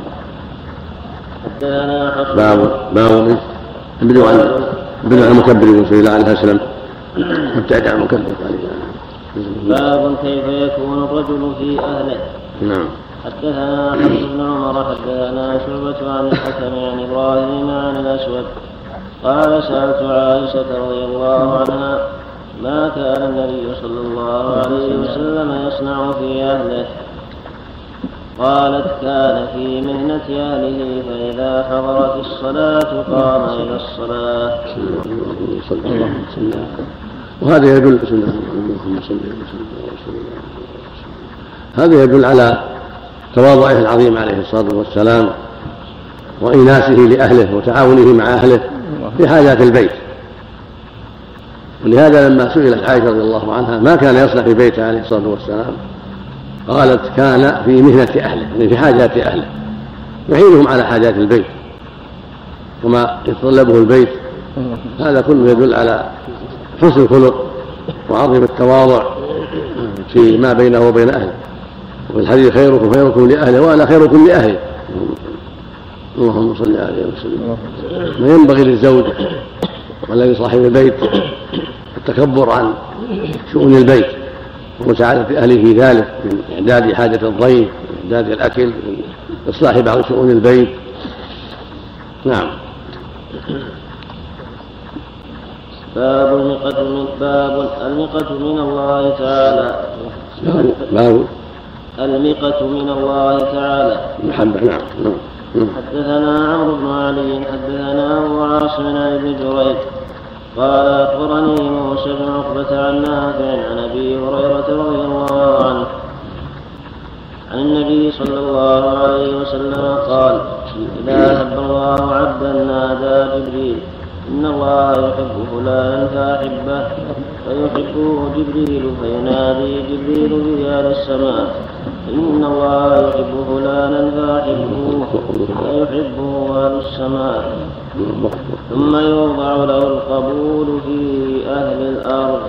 حدثنا حفص باب باب بدون عن بدون عن مكبر رسول الله عليه السلام ابتعد عن مكبر باب كيف يكون الرجل في أهله. نعم. حدثنا حفص بن عمر حدثنا شعبة عن الحكم عن إبراهيم عن الأسود قال سألت عائشة رضي الله عنها ما كان النبي صلى الله عليه وسلم يصنع في أهله؟ قالت كان في مهنة أهله فإذا حضرت الصلاة قام إلى الصلاة. وهذا يدل هذا يدل على تواضعه العظيم عليه الصلاة والسلام وإناسه لأهله وتعاونه مع أهله في حاجات البيت، ولهذا لما سئلت عائشة رضي الله عنها ما كان يصنع في بيته عليه الصلاة والسلام قالت كان في مهنة أهله، يعني في حاجات أهله، يعينهم على حاجات البيت وما يتطلبه البيت. هذا كله يدل على حسن الخلق وعظيم التواضع فيما بينه وبين أهله. وفي الحديث خيركم خيركم لأهله وأنا خيركم لأهلي. اللهم صل عليه وسلم. ما ينبغي للزوج ولا لصاحب البيت التكبر عن شؤون البيت ومساعدة أهله في ذلك من إعداد حاجة الضيف، من إعداد الأكل، من إصلاح بعض شؤون البيت. نعم. باب المقة من باب المقة من الله تعالى. باب المقة من الله تعالى. محبة. نعم. حدثنا عمرو بن علي حدثنا أبو عاصم عن ابن جريج قال أخبرني موسى بن عقبة عن نافع عن أبي هريرة رضي الله عنه عن النبي صلى الله عليه وسلم قال: إذا أحب الله عبدا نادى جبريل إن الله يحب فلانا فأحبه، فيحبه جبريل فينادي جبريل في أهل السماء إن الله يحب فلانا فأحبه، فيحبه أهل السماء، ثم يوضع له القبول في أهل الأرض.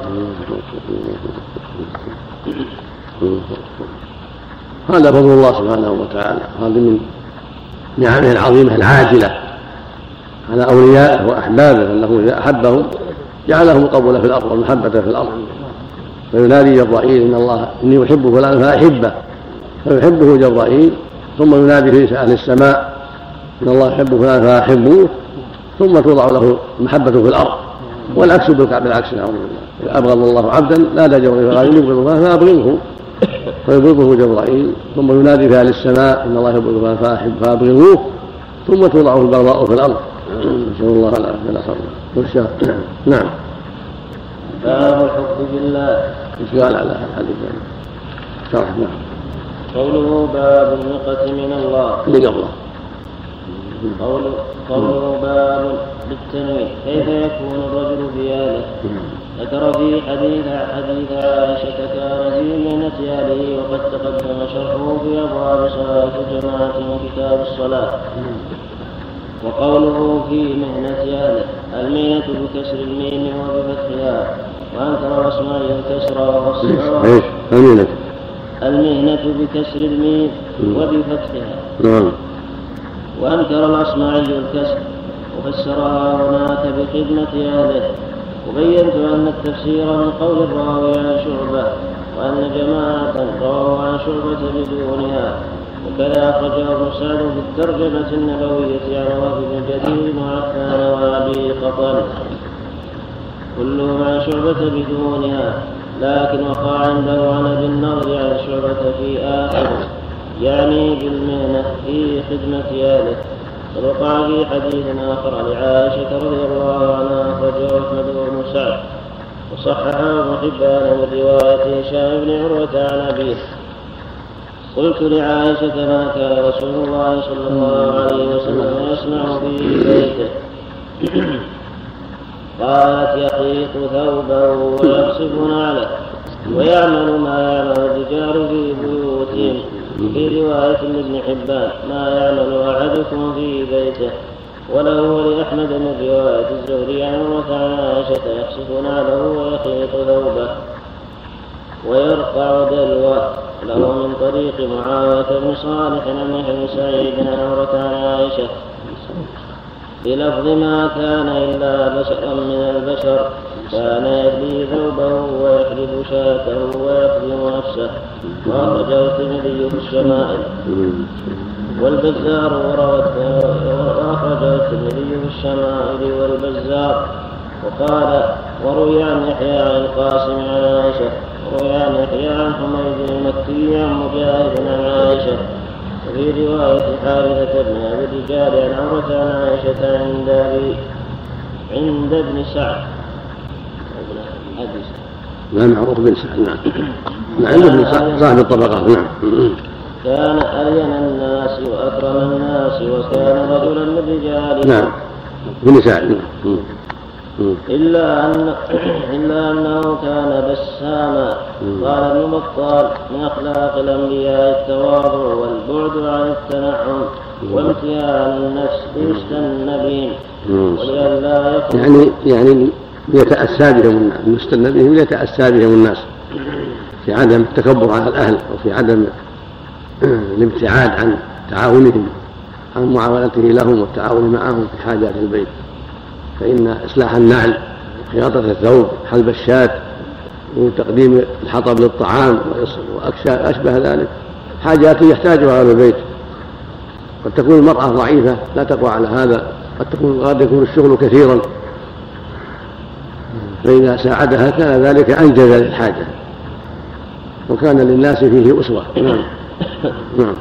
هذا فضل الله سبحانه وتعالى، هذا من نعمه العظيمة العاجلة على أوليائه وأحبابه، أنه إذا أحبهم جعلهم القبول في الأرض والمحبة في الأرض. فينادي جبرائيل إن الله إني أحب فلانا فأحبه، فيحبه جبرائيل، ثم ينادي في أهل السماء إن الله يحب فلانا فأحبوه، ثم توضع له المحبة في الأرض. والعكس بالعكس، نعوذ بالله. إذا أبغض الله عبدا نادى جبرائيل فقال يبغض فلانا فأبغضه، فيبغضه جبرائيل، ثم ينادي في أهل السماء إن الله يحب فلانا فأحب فأبغضوه، ثم توضعه البغضاء في الأرض. نسأل الله العافية. نعم. باب الحب بالله. ايش قال على الحديث؟ شرح. نعم. قوله باب المقة من الله. اللي قبله. قوله قوله باب بالتنوين. كيف يكون الرجل في أهله؟ ذكر في حديث حديث عائشة كان في مهنة أهله وقد تقدم شرحه في أبواب صلاة الجماعة وكتاب الصلاة. وقوله في مهنة أهله، المهنة بكسر الميم وبفتحها، وأنكر الأصمعي الكسر والصغر. المهنة المهنة بكسر الميم وبفتحها. نعم. وأنكر الأصمعي الكسر وفسرها هناك بخدمة أهله. وبينت أن التفسير من قول الراوي عن شعبة، وأن جماعة رووا عن شعبة بدونها. وكذا أخرجه ابن سعد في الترجمة النبوية عن وهب بن جرير وعفان وأبي قطن، كلهم عن شعبة بدونها، لكن وقع عنده عن ابي النضر عن شعبة في آخر، يعني بالمهنة في خدمة أهله. وقع في حديث آخر لعائشة رضي الله عنها أخرجه أحمد بن سعد وصححه ابن حبان من رواية هشام بن عروة عن أبيه. قلت لعائشة ما كان رسول الله صلى الله عليه وسلم يصنع في بيته؟ قالت يخيط ثوبه ويقصف نعله ويعمل ما يعمل الرجال في بيوتهم. في رواية لابن حبان ما يعمل أحدكم في بيته. وله ولأحمد من رواية الزهري عن عروة عن عائشة يقصف نعله ويخيط ثوبه ويرقع دلوه. له من طريق معاوية بن صالح عن يحيى بن سعيد عن عروة عن عائشة بلفظ ما كان إلا بشرا من البشر، كان يبلي ثوبه ويحلب شاته ويخدم نفسه. وأخرجه الترمذي في الشمائل والبزار وأخرجه الترمذي في الشمائل والبزار. وقال وروي عن يحيى عن القاسم عن عائشة، وروي عن يحيى عن حميد المكي عن مجاهد عن عائشة. وفي رواية حارثة بن أبي الرجال عن عروة عن عائشة عند أبي عند ابن سعد. لا معروف بن سعد. نعم. عند ابن سعد صاحب الطبقات. نعم. كان ألين الناس وأكرم الناس وكان رجلا من رجال. نعم. بن سعد. نعم. إلا أن إلا أنه كان بساما. قال ابن بطال: من أخلاق الأنبياء التواضع والبعد عن التنعم وامتهان النفس ليستن بهم ولئلا يخرج يعني يعني يتأسى بهم الناس، يستن بهم يتأسى بهم الناس في عدم التكبر على الأهل وفي عدم الابتعاد عن تعاونهم عن معاونته لهم والتعاون معهم في حاجات البيت، فإن إصلاح النعل خياطة الثوب حلب الشاة وتقديم الحطب للطعام وأشبه ذلك حاجات يحتاجها أهل البيت. قد تكون المرأة ضعيفة لا تقوى على هذا، قد تكون قد يكون الشغل كثيرا، فإذا ساعدها كان ذلك أنجز للحاجة وكان للناس فيه أسوة. نعم نعم.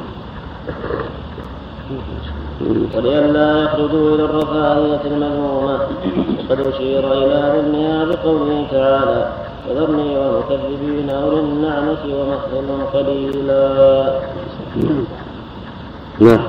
ولئلا يخرجوا إلى الرفاهية المذمومة. وقد أشير إلى ذمها بقوله تعالى: وذرني والمكذبين أولي النعمة ومهلهم قليلا. نعم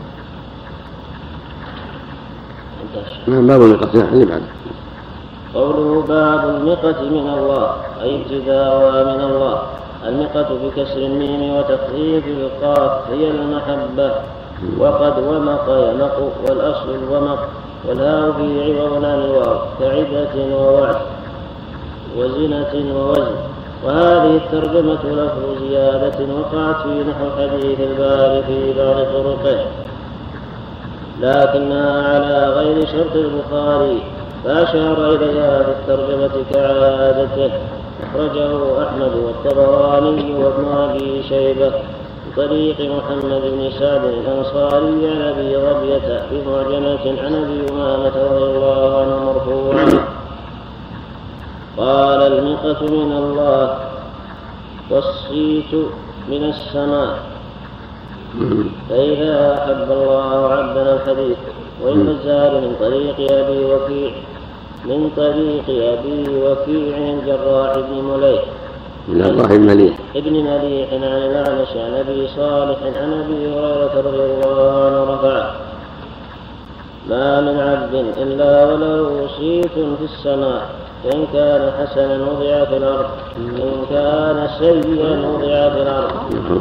نعم. باب المقة اللي بعد قوله: باب المقة من الله، أي ابتداؤها من الله. المقة بكسر الميم وتخفيف القاف هي المحبة، وقد ومق يمق والأصل الومق، والهاء في عوض عن الواو كعدة ووعد وزنة ووزن. وهذه الترجمة لفظ زيادة وقعت في نحو حديث الباب في بعض طرقه، لكنها على غير شرط البخاري، فأشار إليها في الترجمة كعادته. أخرجه أحمد والطبراني وابن أبي شيبة بطريق محمد بن سعد الأنصاري عن أبي ظبية بمعجمة عن أبي أمامة رضي الله عنه مرفوعا قال: المقة من الله والصيت من السماء. فإذا أحب الله عبدنا الحديث. والبزار من طريق أبي وكيع من طريق أبي وكيع الجراح بن مليح من الله المليح ابن مليح عن الأعمش عن أبي صالح عن أبي هريرة رضي الله عنه رفعه: ما من عبد إلا وله صيت في السماء، إن كان حسنا وضع في الأرض، إن كان سيئا وضع في الأرض.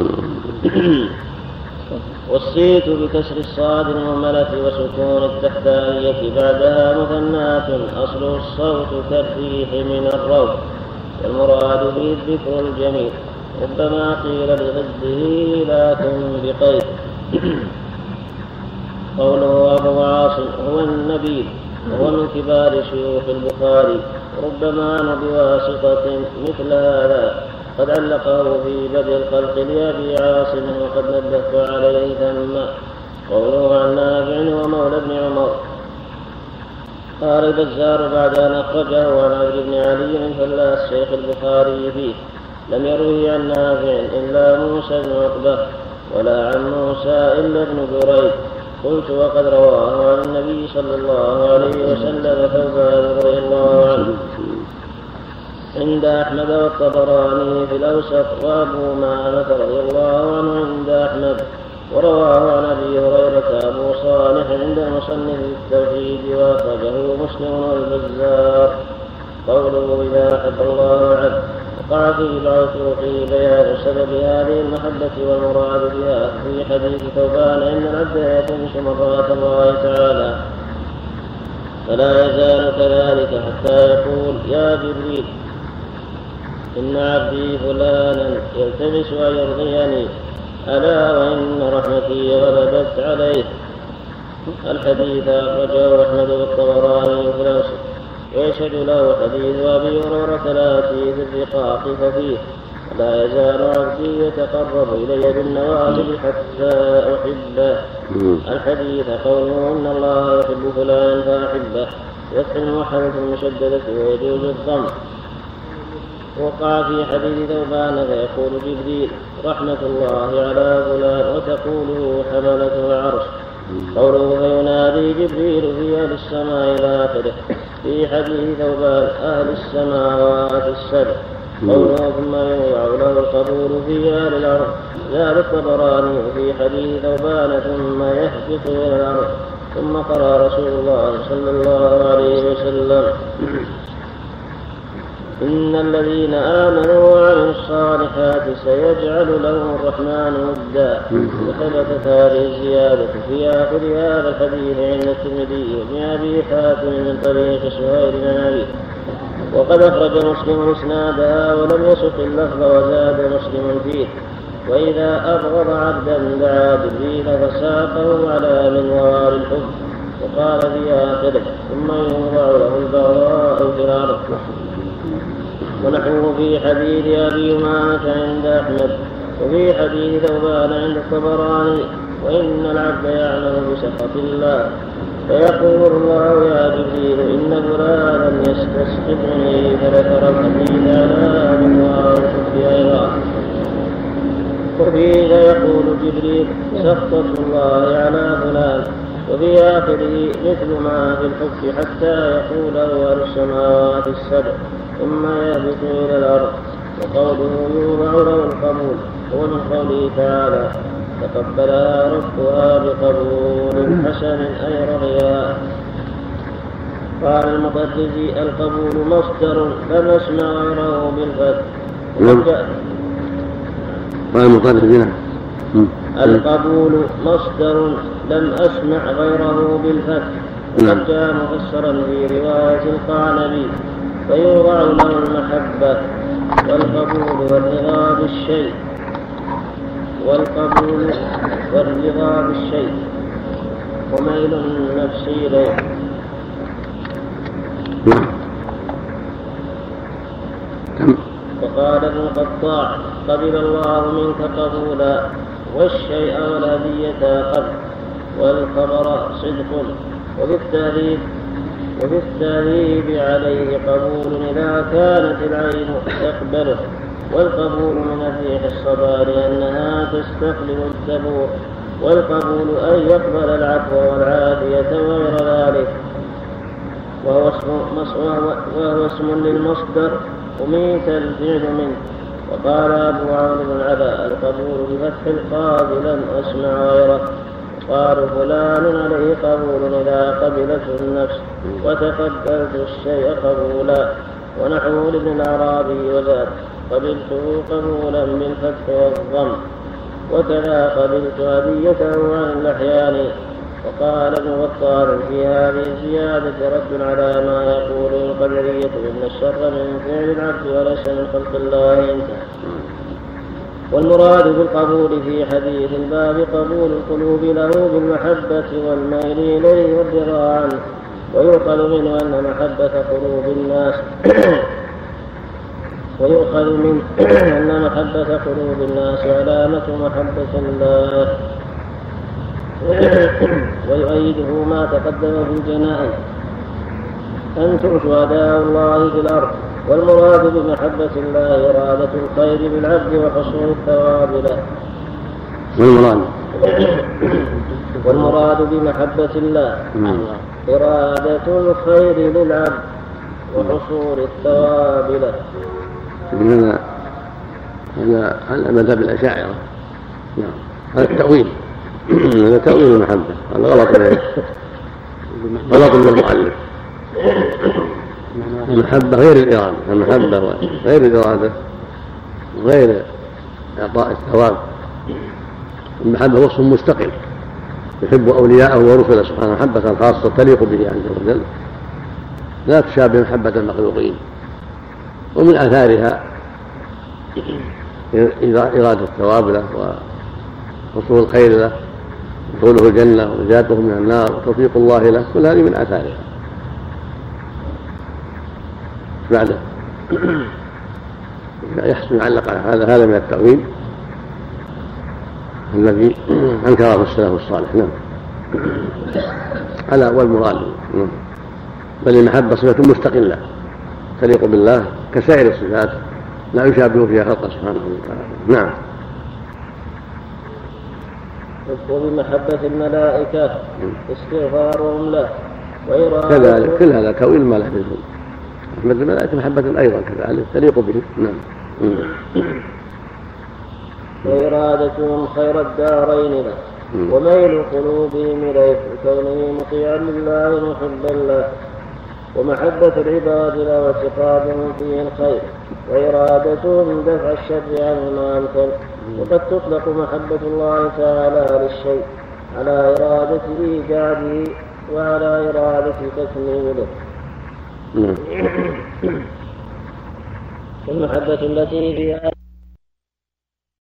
والصيت بكسر الصاد المهملة وسكون التحتانية بعدها مثنات، أصل الصوت كالريح من الروح، والمراد به الذكر الجميل، ربما قيل لضده لكن بقيد. قوله أبو عاصم هو النبيل وهو من كبار شيوخ البخاري، ربما عنه بواسطة مثل هذا قد علقه في بدء الخلق لأبي عاصم وقد نبهت عليه ثم. قوله عن نافع ومولى ابن عمر. قال البزار بعد أن أخرجه عن عبد بن علي من فلاس شيخ البخاري فيه: لم يروه عن نافع إلا موسى بن عقبة، ولا عن موسى إلا ابن جريج. قلت: وقد رواه عن النبي صلى الله عليه وسلم ثوبان رضي الله عنه عند أحمد والطبراني في الأوسط، وأبو أمامة رضي الله عنه عند أحمد، ورواه عن أبي هريرة أبو صالح عند المصنف التوحيد، وأخرجه مسلم والبزار. قوله إذا أحب الله عبد. وقع في بعض طرقه بيان سبب هذه المحبة والمراد بها في حديث ثوبان إن العبد يتمس مرات الله تعالى فلا يزال كذلك حتى يقول: يا جبريل إن عبدي فلانا يلتمس أن يرضيني، ألا وإن رحمتي غلبت عليه. الحديث أخرجه أحمد والطبراني في الأوسط، ويشهد له حديث أبي هريرة الآتي في الرقاق ففيه: لا يزال عبدي يتقرب إلي بالنوافل حتى أحبه. الحديث قوله إن الله يحب فلان فأحبه يفتح الموحدة المشددة ويجوز الضم. وقع في حديث ثوبان فيقول جبريل: رحمة الله على فلان، وتقوله حملة العرش. قوله فينادي جبريل في أهل السماء إلى آخره. في حديث ثوبان أهل السماوات السبع. قوله ثم يوضع له القبول في أهل الأرض. زاد الطبراني في حديث ثوبان ثم يهبط إلى الأرض. ثم قرأ رسول الله صلى الله عليه وسلم إن الذين آمنوا وعملوا الصالحات سيجعل لهم الرحمن ودا. وثبتت هذه الزيادة في آخر هذا الحديث عند الترمذي وابن أبي حاتم من طريق سهيل بن أبي، وقد أخرج مسلم إسنادها ولم يسق اللفظ وزاد مسلم فيه: وإذا أبغض عبدا دعا جبريل فساقه على منوار الحب، وقال في آخره: ثم يوضع له البغضاء في الأرض. ونحوه في حديث أبي أمامة عند أحمد، وفي حديث ثوبان عند الطبراني: وإن العبد يعمل بسخط الله فيقول الله يا جبريل إن فلانا يستسخطني، فذكر الحديث على منوار الحب أيضا. وفيه يقول جبريل سخطة الله على فلان، وفي آخره مثل ما في الحب حتى يقول أول السماوات السبع ثم يهبط إلى الأرض. وقوله يوضع له القبول هو من قوله تعالى: تقبلها ربها بقبول حسن أي رضيها. قال المقدسي: القبول مصدر لم أسمع غيره بالفتح. قال المقدسي: القبول مصدر لم أسمع غيره بالفتح، وقد جاء مفسرا في رواية القعنبي: فيوضع له المحبة والقبول والرضا بالشيء والقبول والرضا بالشيء وميل النفس إليه. وقال ابن القطاع: قبل الله منك قبولا، والشيء والهدية قبل، والخبر صدق. وفي التهذيب وفي التهذيب عليه قبول إذا كانت العين تقبله، والقبول من الريح الصبا لأنها تستقلب التبور، والقبول أن يقبل العفو والعافية وغير ذلك، وهو اسم, وهو اسم للمصدر وميت الفعل منه. وقال أبو عون بن علاء: القبول بفتح القاف لم أسمع غيره. قالوا فلان عليه قبول إذا قبلته النفس، وتقبلت الشيء قبولا. ونحوه لابن الأعرابي وذات: قبلته قبولا بالفتح والضم. وكذا قبلت هديته عن الأحيان. وقال ابن بطال في هذه الزيادة رد على ما يقول القدرية إن الشر من فعل العبد وليس من خلق الله انتهى. والمراد بالقبول في حديث الباب قبول القلوب له بالمحبة والميل إليه والرضا عنه. ويؤخذ منه أن محبة قلوب الناس ويؤخذ منه أن محبة قلوب الناس علامة محبة الله. ويؤيده ما تقدم في الجنائز: أنتم شهداء الله في الأرض. والمراد بمحبة الله إرادة الخير بالعبد وحصول الثواب له. والمراد والمراد بمحبة الله إرادة الخير للعبد وحصول الثواب له. هذا هذا هذا مذهب الأشاعرة. نعم، هذا التأويل هذا تأويل المحبة، هذا غلط غلط من المؤلف. المحبة غير الإرادة، المحبة غير الإرادة غير إعطاء الثواب. المحبة وصف مستقل يحب أولياءه ورسله سبحانه محبة خاصة تليق به عز وجل، لا تشابه محبة المخلوقين. ومن آثارها إرادة الثواب له وحصول الخير له ودخوله الجنة ونجاته من النار وتوفيق الله له، كل هذه من آثارها. بعده يحسن يعلق على هذا هذا من التأويل الذي أنكره السلف الصالح. نعم، على والمراد بل المحبة صفة مستقلة تليق بالله كسائر الصفات لا يشابه فيها خلقه سبحانه وتعالى. نعم. وبمحبة الملائكة استغفارهم له كذلك، كل هذا تأويل ما له منهم. محبة الملائكة محبة أيضا كذلك تليق به. نعم. وإرادتهم خير الدارين له وميل قلوبهم إليه بكونه مطيعا لله محبا له، ومحبة العباد له واعتقادهم فيه الخير وإرادتهم دفع الشر عنهم أمثل. وقد تطلق محبة الله تعالى للشيء على إرادة إيجاده وعلى إرادة تكميله. المحبة التي فيها